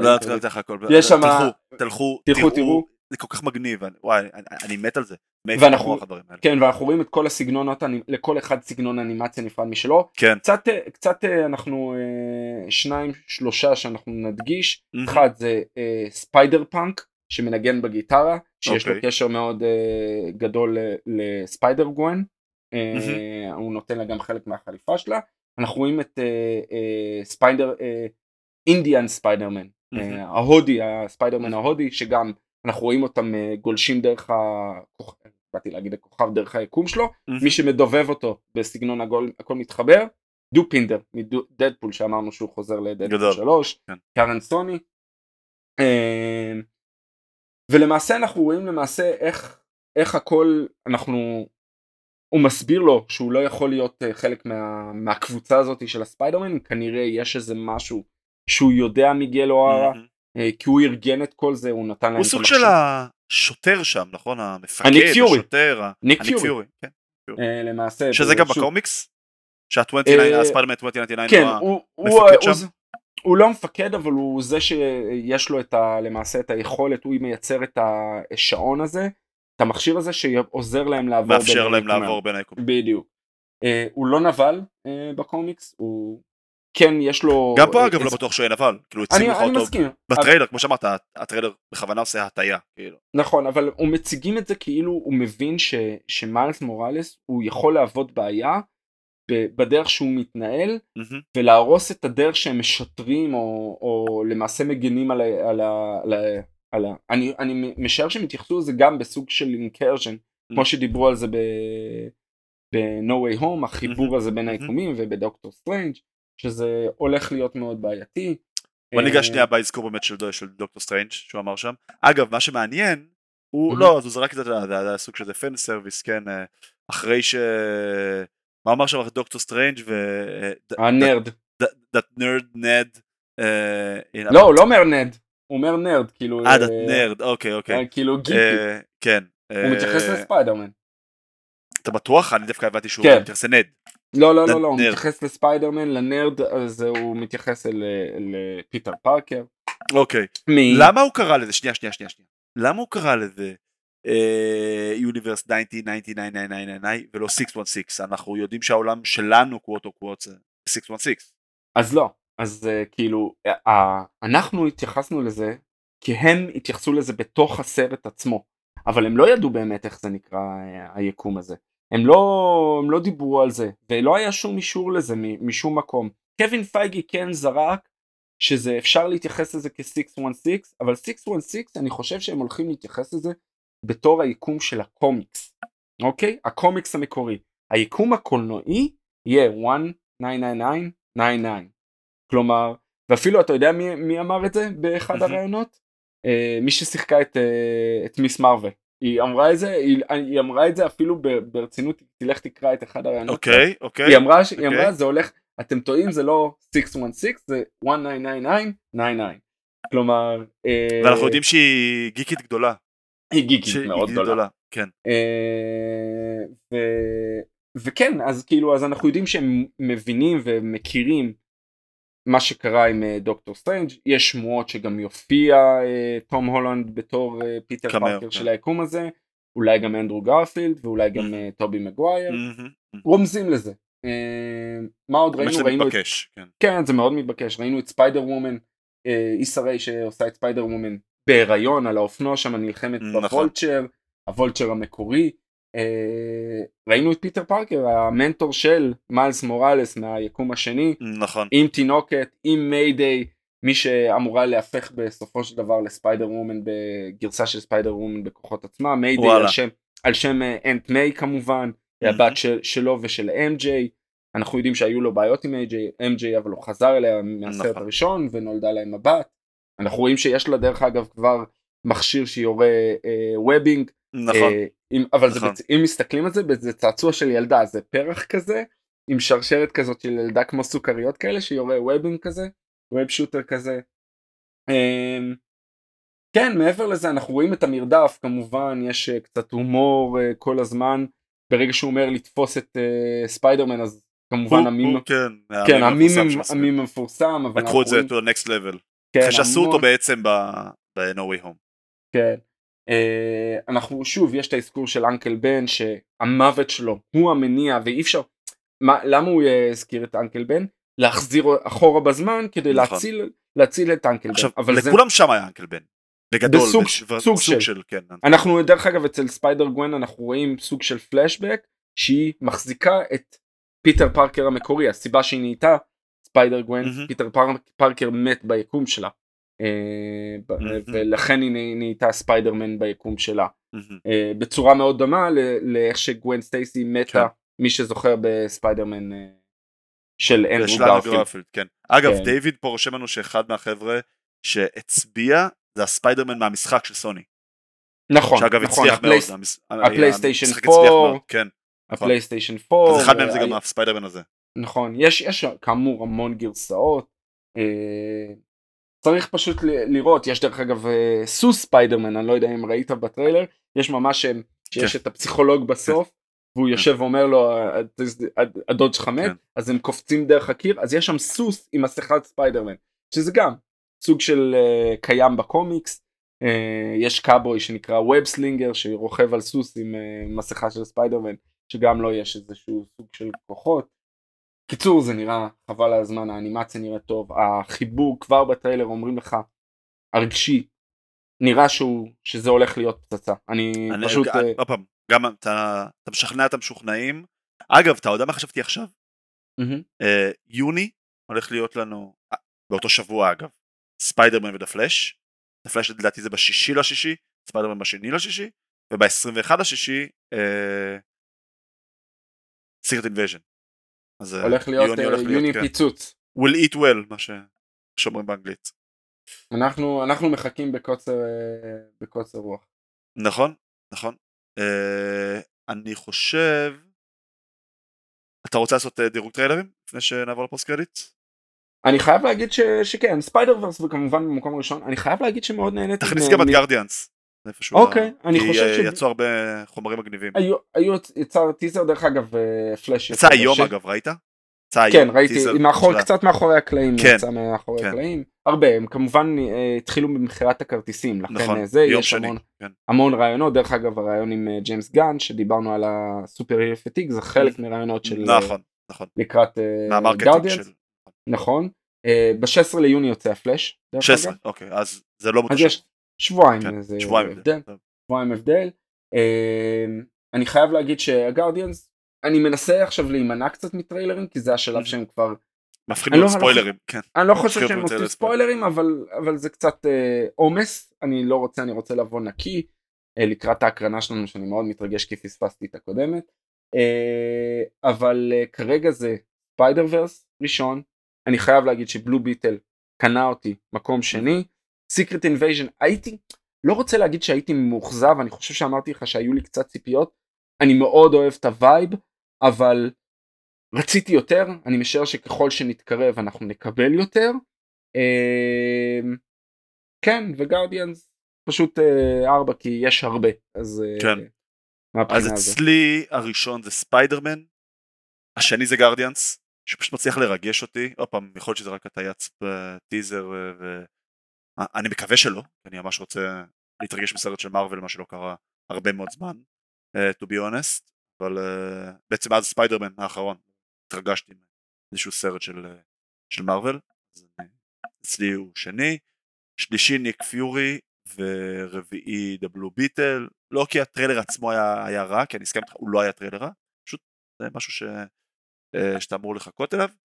תלכו, תראו, זה כל כך מגניב, וואי, אני מת על זה. כן, ואנחנו רואים את כל הסגנון, לכל אחד סגנון אנימציה נפרד משלו, קצת אנחנו 2-3 שאנחנו נדגיש, אחד זה ספיידר פאנק, שמנגן בגיטרה, שיש לו קשר מאוד גדול לספיידר גווין, הוא נותן לה גם חלק מהחליפה שלה, אנחנו רואים את אינדיאן ספיידרמן, ההודי, הספיידרמן ההודי, שגם אנחנו רואים אותם גולשים דרך באתי להגיד הכוכב דרך היקום שלו, מי שמדובב אותו בסגנון הכל מתחבר, דו פינדר, מדדפול שאמרנו שהוא חוזר לדדפול 3, קארן סוני, ולמעשה אנחנו רואים למעשה איך הכל הוא מסביר לו שהוא לא יכול להיות חלק מהקבוצה הזאת של הספיידרמן, כנראה יש איזה משהו שהוא יודע מיגל אוהרה, כי הוא ארגן את כל זה, הוא נתן להם הוא סוג של השוטר שם, נכון? המפקד, השוטר, ניק פיורי, למעשה. שזה גם בקומיקס? שהספיידרמן 2099 הוא המפקד שם? הוא לא מפקד, אבל הוא זה שיש לו למעשה את היכולת, הוא מייצר את השעון הזה, את המכשיר הזה שעוזר להם לעבור מאפשר להם לעבור בין היקומים. בדיוק. הוא לא נבל בקומיקס, הוא כן יש לו... גם פה אגב לא בטוח שאין, אבל כאילו הציגו לך אני אותו מסכים. בטריילר, כמו שאמרת, הטריילר בכוונה עושה הטיה, כאילו. נכון, אבל הוא מציגים את זה כאילו הוא מבין שמיילס מוראלס הוא יכול להוות בעיה בדרך שהוא מתנהל, ולהרוס את הדרך שהם משטרים או למעשה מגנים על אני משער שהם התייחסו לזה גם בסוג של אינקרשן, כמו שדיברו על זה ב-No Way Home, החיבור הזה בין היקומים ובדוקטור סטרנג', שזה הולך להיות מאוד בעייתי. בוא ניגע שנייה באזכור באמת של דוקטור סטרנג' שהוא אמר שם. אגב, מה שמעניין, הוא לא, אז הוא זרק את זה, זה הסוג של פן סרוויס, כן, אחרי מה אמר שם דוקטור סטרנג' הנרד. that nerd ned. לא, הוא לא אומר נד, הוא אומר נרד, כאילו... that nerd, אוקיי. כאילו גיקי. כן. הוא מתייחס לספיידרמן. אתה בטוח? אני דווקא הבנתי שהוא מתייחס לנד. לא, הוא מתייחס לספיידרמן, לנרד, אז הוא מתייחס לפיטר פארקר. אוקיי. למה הוא קרא לזה? שנייה. למה הוא קרא לזה Universe 1999 ולא 616? אנחנו יודעים שהעולם שלנו קוואט או קוואט זה 616. אז לא, אז כאילו אנחנו התייחסנו לזה כי הם התייחסו לזה בתוך הסרט עצמו, אבל הם לא ידעו באמת איך זה נקרא היקום הזה. הם לא דיברו על זה, ולא היה שום אישור לזה משום מקום. קווין פייגי כן זרק שזה אפשר להתייחס לזה כ-616, אבל 616 אני חושב שהם הולכים להתייחס לזה בתור היקום של הקומיקס, אוקיי? הקומיקס המקורי. היקום הקולנועי יהיה 199999. כלומר, ואפילו אתה יודע מי אמר את זה באחד הראיונות? מי ששיחקה את מיס מרוול. היא אמרה את זה אפילו ברצינות, תלך תקרא את אחד הראיונות. אוקיי. היא אמרה זה הולך, אתם טועים, זה לא 616, זה 199999. כלומר... ואנחנו יודעים שהיא גיקית גדולה. היא גיקית מאוד גדולה. כן. וכן, אז כאילו, אז אנחנו יודעים שהם מבינים ומכירים מה שקרה עם דוקטור סטרנג'. יש שמועות שגם יופיע תום הולנד בתור פיטר פארקר של היקום הזה, אולי גם אנדרו גרפילד ואולי גם טובי מגווייר. רומזים לזה. מה עוד ראינו? זה מתבקש. כן, זה מאוד מתבקש. ראינו את ספיידר וומן, איסה ריי שעושה את ספיידר וומן בהיריון על האופנוע שם, נלחמת בוולצ'ר, הוולצ'ר המקורי. ראינו את פיטר פארקר, המנטור של מיילס מוראלס מהיקום השני, נכון. עם תינוקת, עם מיידיי, מי שאמורה להפך בסופו של דבר לספיידר וומן בגרסה של ספיידר וומן בכוחות עצמה, מיידיי על שם אנט מיי כמובן, הבת שלו ושל אמג'יי. אנחנו יודעים שהיו לו בעיות עם אמג'יי, אבל הוא חזר אליה מהסרט הראשון ונולדה להם הבת. אנחנו רואים שיש לה דרך אגב כבר מכשיר שיורה וובינג, נכון. אבל אם מסתכלים על זה, זה צעצוע של ילדה, זה פרח כזה עם שרשרת כזאת של ילדה כמו סוכריות כאלה שיורה וובינג כזה, ווב שוטר כזה. כן, מעבר לזה אנחנו רואים את המרדף, כמובן יש קצת הומור כל הזמן, ברגע שהוא אומר לתפוס את ספיידרמן, אז כמובן המים המפורסם, לקחו את זה to the next level, אחרי שעשו אותו בעצם ב-No Way Home. כן, אנחנו שוב, יש את האזכור של אנקל בן, שהמוות שלו הוא המניע, ואי אפשר, למה הוא הזכיר את אנקל בן? להחזיר אחורה בזמן, כדי להציל את אנקל בן. עכשיו, לכולם שם היה אנקל בן. בגדול, סוג של, כן. אנחנו דרך אגב אצל ספיידר גוון אנחנו רואים סוג של פלשבק שהיא מחזיקה את פיטר פארקר המקורי. הסיבה שהיא נהייתה ספיידר גוון, פיטר פארקר מת ביקום שלה, ולכן היא נהייתה ספיידרמן ביקום שלה, בצורה מאוד דומה לאיך שגוון סטייסי מתה, מי שזוכר בספיידרמן של אנדרו גרפילד. אגב, דיוויד פה רושם לנו שאחד מהחבר'ה שהצביע זה הספיידרמן מהמשחק של סוני. נכון, שאגב הצליח מאוד. הפלייסטיישן 4, כן. הפלייסטיישן 4. אז אחד מהם זה גם הספיידרמן הזה. נכון, יש כאמור המון גרסאות. צריך פשוט לראות, יש דרך אגב סוס ספיידרמן, אני לא יודע אם ראית בטריילר, יש ממש שיש את הפסיכולוג בסוף, והוא יושב ואומר לו, הדוד שלך מת, אז הם קופצים דרך הקיר, אז יש שם סוס עם מסכת ספיידרמן, שזה גם סוג של קיים בקומיקס. יש קאבוי שנקרא ווב סלינגר שרוכב על סוס עם מסכה של ספיידרמן, שגם לא יש איזשהו סוג של כוחות. קיצור, זה נראה חבל על הזמן, האנימציה נראה טוב, החיבור כבר בטריילר אומרים לך, הרגשי, נראה שזה הולך להיות פצצה. אני פשוט... עוד פעם, גם אתה משכנע את המשוכנעים. אגב, אתה יודע מה חשבתי עכשיו? יוני הולך להיות לנו, באותו שבוע אגב, ספיידרמן ודה פלאש. הפלאש לדעתי זה ב6/6, ספיידרמן ב2/6, וב21/6 סיקרט אינבייז'ן. הולך להיות יוני פיצוץ. will eat well, מה שאומרים באנגלית. אנחנו מחכים בקוצר רוח. נכון, נכון. אני חושב, אתה רוצה לעשות דירוג טריילרים לפני שנעבור לפוסט קרדיט? אני חייב להגיד שכן, ספיידר ורס וכמובן במקום הראשון, אני חייב להגיד שמאוד נהניתי. תכניס גם את גרדיאנס. אוקיי, אני חושב כי יצאו הרבה חומרים מגניבים. יצא טיזר, דרך אגב, פלאש. יצא היום אגב, ראית? כן, ראיתי, קצת מאחורי הקלעים, יצא מאחורי הקלעים. הרבה, הם כמובן התחילו במכירת הכרטיסים, לכן זה, יש המון רעיונות, דרך אגב הרעיון עם ג'יימס גן, שדיברנו על הסופר הירו פטיג, זה חלק מרעיונות של לקראת גרדיאנס. נכון. ב-16 ליוני יוצא הפלאש. 16, אוקיי, אז זה לא מותשב. אז יש שבועיים הבדל. אני חייב להגיד שהגרדיאנס, אני מנסה עכשיו להימנע קצת מטריילרים, כי זה השלב שהם כבר... מפחידים להיות ספוילרים, כן. אני לא חושב שהם עושים ספוילרים, אבל זה קצת עומס, אני לא רוצה, אני רוצה לבוא נקי, לקראת ההקרנה שלנו, שאני מאוד מתרגש כי פספסתי את הקודמת, אבל כרגע זה ספיידר ורס ראשון, אני חייב להגיד שבלו ביטל קנה אותי מקום שני, סיקרט אינבייז'ן, לא רוצה להגיד שהייתי מאוכזב, אני חושב שאמרתי לך שהיו לי קצת ציפיות, אני מאוד אוהב את הווייב, אבל רציתי יותר, אני משער שככל שנתקרב אנחנו נקבל יותר, כן, וגרדיאנס פשוט 4 כי יש הרבה, אז כן. אז אצלי הראשון זה ספיידרמן, השני זה גרדיאנס, שפשוט מצליח לרגש אותי, עוד פעם, יכול להיות שזה רק הטייץ בטיזר, אני מקווה שלא, אני ממש רוצה להתרגש מסרט של מארוול, מה שלא קרה הרבה מאוד זמן, to be honest, אבל בעצם אז ספיידרמן האחרון, התרגשתי מאיזשהו סרט של מארוול, אז אצלי הוא שני, שלישי ניק פיורי, ורביעי דבלו ביטל, לא כי הטריילר עצמו היה רע, כי אני הסכמת, הוא לא היה טריילר רע, פשוט זה משהו שאתה אמור לחכות אליו,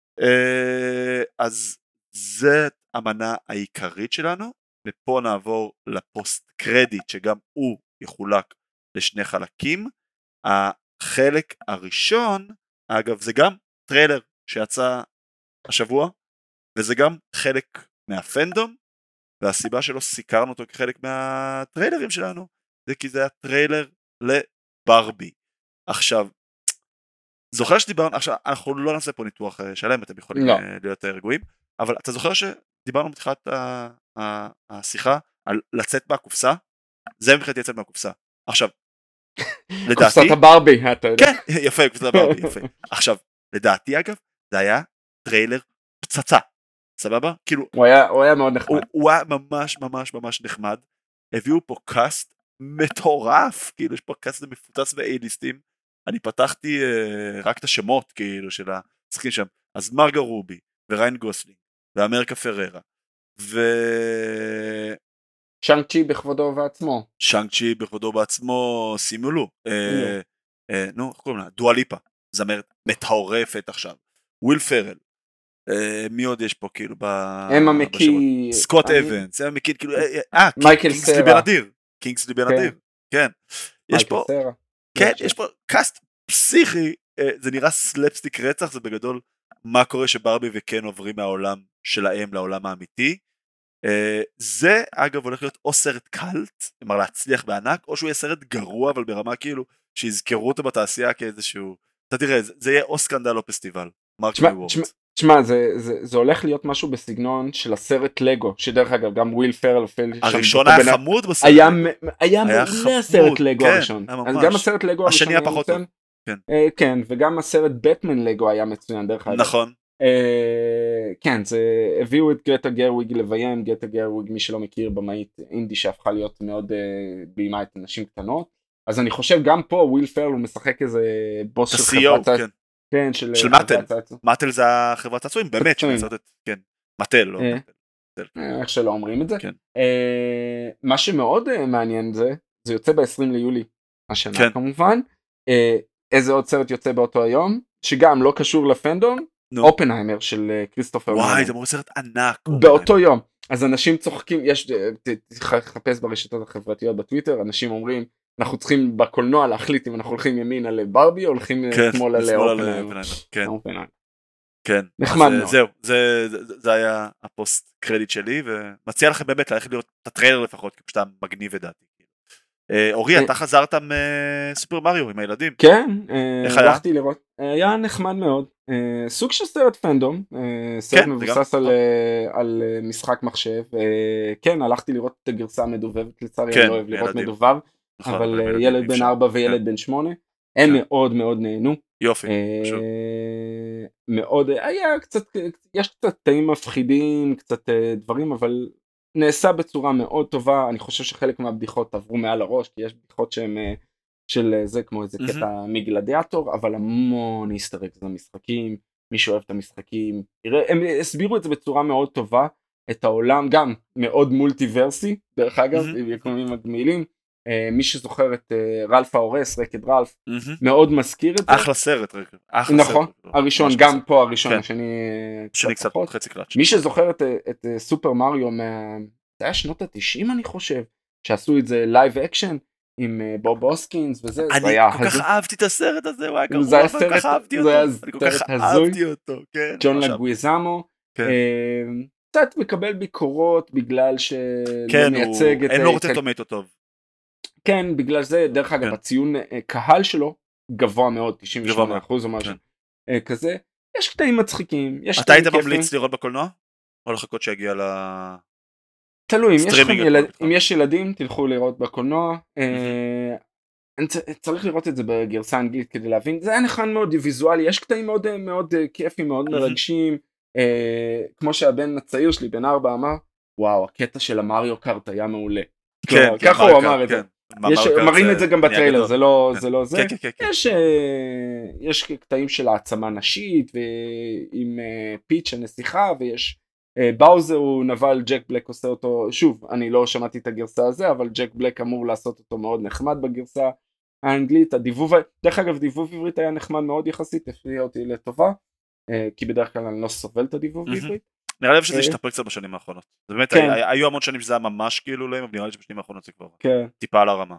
אז זה המנה העיקרית שלנו, ופה נעבור לפוסט קרדיט, שגם הוא יחולק לשני חלקים. החלק הראשון, אגב זה גם טריילר שיצא השבוע, וזה גם חלק מהפנדום, והסיבה שלא סיקרנו אותו כחלק מהטריילרים שלנו, זה כי זה היה טריילר לברבי. עכשיו, זוכר שדיברנו, עכשיו אנחנו לא נעשה פה ניתוח שלם, אתם יכולים להיות רגועים, אבל אתה זוכר שדיברנו בתחילת השיחה על לצאת מהקופסה? זה מבחינתי לצאת מהקופסה. עכשיו, לדעתי... קופסת הברבי, אתה יודע. כן, יפה, קופסת הברבי, יפה. עכשיו, לדעתי אגב, זה היה טריילר פצצה, סבבה? כאילו... הוא היה מאוד נחמד. הוא היה ממש ממש ממש נחמד. הביאו פה קאסט מטורף, כאילו יש פה קאסט מפוצץ באייליסטים. אני פתחתי רק את השמות כאילו של השחקים שם, אז מרגה רובי וריין גוסלינג ואמריקה פררה שאנג צ'י בכבודו ובעצמו, שאנג צ'י בכבודו ובעצמו, שימו נו, איך קוראים לה? דואה ליפה, זמרת מטורפת עכשיו, וויל פרל, מי עוד יש פה כאילו אמה מקי, סקוט אבנס, אמה מקי, כאילו מייקל סרה, קינגסלי בן אדיר, כן, יש פה, כן, יש פה קאסט פסיכי, זה נראה סלפסטיק רצח, זה בגדול מה קורה שברבי וקן עוברים מהעולם שלהם לעולם האמיתי. זה אגב הולך להיות או סרט קלט, כלומר להצליח בענק, או שהוא יהיה סרט גרוע אבל ברמה כאילו שיזכרו אותו בתעשייה כאיזשהו, אתה תראה, זה יהיה או סקנדל או פסטיבל. תשמע, זה הולך להיות משהו בסגנון של הסרט לגו, שדרך אגב גם וויל פרל הראשון היה חמוד בסרט, היה מעולה הסרט לגו הראשון, גם הסרט לגו השני היה פחות טוב, כן, וגם הסרט בטמן לגו היה מצוין דרך אגב, נכון, כן, זה הביאו את גרטה גרוויג לביים, גרטה גרוויג מי שלא מכיר במאית אינדי שהפכה להיות מאוד בימאית נשים קטנות, אז אני חושב גם פה וויל פרל הוא משחק איזה בוס של חברת, כן, של מטל, מטל זה החברת צעצועים, באמת, כן, מטל, לא מטל. איך שלא אומרים את זה. כן. מה שמאוד מעניין זה יוצא ב-20 ליולי השנה כן. כמובן. איזה עוד סרט יוצא באותו היום, שגם לא קשור לפנדום, אופנהיימר של כריסטופר נולן. וואי, זה אמור סרט ענק. באותו יום. אז אנשים צוחקים, תחפש ברשתות החברתיות בטוויטר, אנשים אומרים, אנחנו צריכים בקולנוע להחליט אם אנחנו הולכים ימינה לברבי או הולכים שמאלה לאופנהיימר. כן, נחמד מאוד. זהו, זה היה הפוסט קרדיט שלי, ומציע לכם באמת ללכת לראות את הטריילר לפחות, כי פשוט מגניב ודעתי. אורי, אתה חזרת מסופר מריו עם הילדים. כן, הלכתי לראות, היה נחמד מאוד, סוג של סרט פנדום, סרט מבוסס על משחק מחשב, כן, הלכתי לראות את הגרסה המדובבת, לצערי אני לא אוהב לראות מדובב, אבל ילד בן 4 וילד בן 8, הם מאוד מאוד נהנו. יופי, מאוד, היה קצת, יש קצת תאים מפחידים, קצת דברים, אבל נעשה בצורה מאוד טובה. אני חושב שחלק מהבדיחות עברו מעל הראש, כי יש בדיחות שהן של זה, כמו איזה קטע מגלדיאטור, אבל המון הסתרק למשחקים, מי שאוהב את המשחקים, הם הסבירו את זה בצורה מאוד טובה, את העולם גם מאוד מולטיברסי, דרך אגב, עם יקומים מגמילים, מי שזוכר את רלף ההורס, רקד רלף, מאוד מזכיר את זה. אחלה סרט, נכון, הראשון, גם פה הראשון, השני קצת פחות. חצי קלאץ'. מי שזוכר את סופר מריו, זה היה שנות ה-90 אני חושב, שעשו את זה לייב אקשן, עם בוב הוסקינס וזה, אני כל כך אהבתי את הסרט הזה, הוא היה גרוע, כל כך אהבתי אותו, אני כל כך אהבתי אותו, ג'ון לגוויזמו, קצת מקבל ביקורות בגלל שלא מייצג את... אין לו רוצה טומטו טוב. כן, בגלל זה, דרך אגב, הציון קהל שלו גבוה מאוד, 98% או משהו כזה, יש קטעים מצחיקים, יש אתה היית ממליץ לראות בקולנוע? או לחכות שיגיע ל... תלוי, אם יש ילדים, תלכו לראות בקולנוע, צריך לראות את זה בגרסה אנגלית כדי להבין, זה היה נחמד מאוד ויזואלי, יש קטעים מאוד מאוד כיפים, מאוד מרגשים, כמו שהבן הצעיר שלי, בן 4 אמר, וואו, הקטע של המריו קארט היה מעולה. ככה הוא אמר את זה. מראים את זה גם בטריילר, זה לא זה. יש קטעים של העצמה נשית, ועם פיץ' הנסיכה, ויש באוזר הוא נבל, ג'ק בלק עושה אותו, שוב, אני לא שמעתי את הגרסה הזה, אבל ג'ק בלק אמור לעשות אותו מאוד נחמד בגרסה האנגלית. הדיבוב, דרך אגב, דיבוב עברית היה נחמד מאוד יחסית, הפריע אותי לטובה, כי בדרך כלל אני לא סובל את הדיבוב בעברית. נראה לי שזה השתפר קצת בשנים האחרונות. באמת, היו המון שנים שזה היה ממש כאילו להם, אבל נראה לי שבשנים האחרונות זה כבר טיפה על הרמה.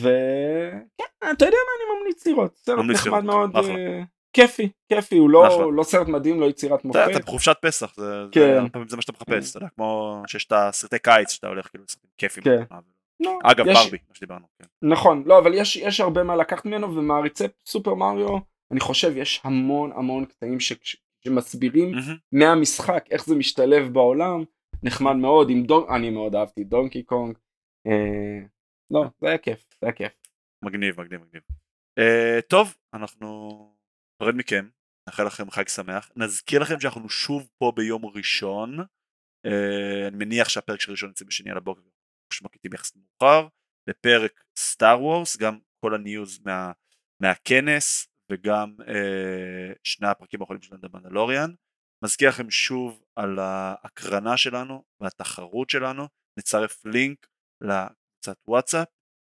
וכן, אתה יודע מה אני ממליץ לראות, סרט נחמד מאוד, כיפי, הוא לא סרט מדהים, לא יצירת מופת. אתה בחופשת פסח, זה מה שאתה מחפש, אתה יודע, כמו שיש את הסרטי קיץ שאתה הולך כאילו סרטים כיפים. אגב, ברבי, מה שדיברנו. נכון, לא, אבל יש הרבה מה לקחת ממנו, ומעריצי סופר מריו, אני חושב, יש המון קטעים שמסבירים מהמשחק, איך זה משתלב בעולם, נחמד מאוד, אני מאוד אהבתי דונקי קונג, לא, זה היה כיף. מגניב. טוב, אנחנו נפרד מכם, נאחל לכם חג שמח, נזכיר לכם שאנחנו שוב פה ביום ראשון, אני מניח שהפרק של ראשון יצא בשני על הבוקר, שמקליטים יחסית מאוחר, בפרק סטאר וורס, גם כל הניוז מהכנס, וגם שני הפרקים האחרונים של המנדלוריאן. מזכיר לכם שוב על ההקרנה שלנו והתחרות שלנו, נצרף לינק לקבוצת וואטסאפ.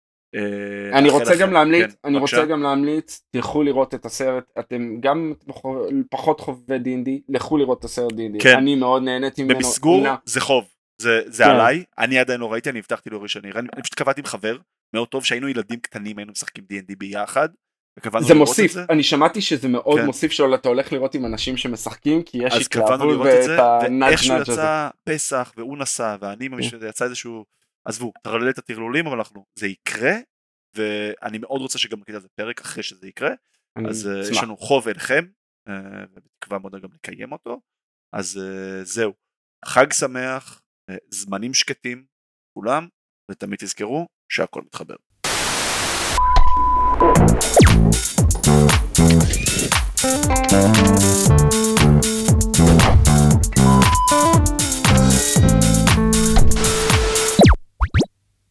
אני רוצה גם להמליץ, תלכו לראות את הסרט, אתם גם פחות חובבי דינדי, לכו לראות את הסרט דינדי, אני מאוד נהניתי ממנו. במסגור זה חוב, זה עליי, אני עדיין לא ראיתי, אני הבטחתי לו ראשוני, אני פשוט קבעתי עם חבר מאוד טוב, שהיינו ילדים קטנים, היינו משחקים D&D ביחד, זה מוסיף, אני שמעתי שזה מאוד מוסיף שאתה הולך לראות עם אנשים שמשחקים, כי יש התלהבות ואת הנאג' ואיכשהו יצא פסח והוא נסע ואני יצא איזשהו, עזבו, תרלל את התרלולים, אבל זה יקרה, ואני מאוד רוצה שגם נקליט על זה פרק אחרי שזה יקרה, אז יש לנו חוב אליכם, ובתקווה מאוד גם לקיים אותו, אז זהו, חג שמח, זמנים שקטים, כולם, ותמיד תזכרו שהכל מתחבר.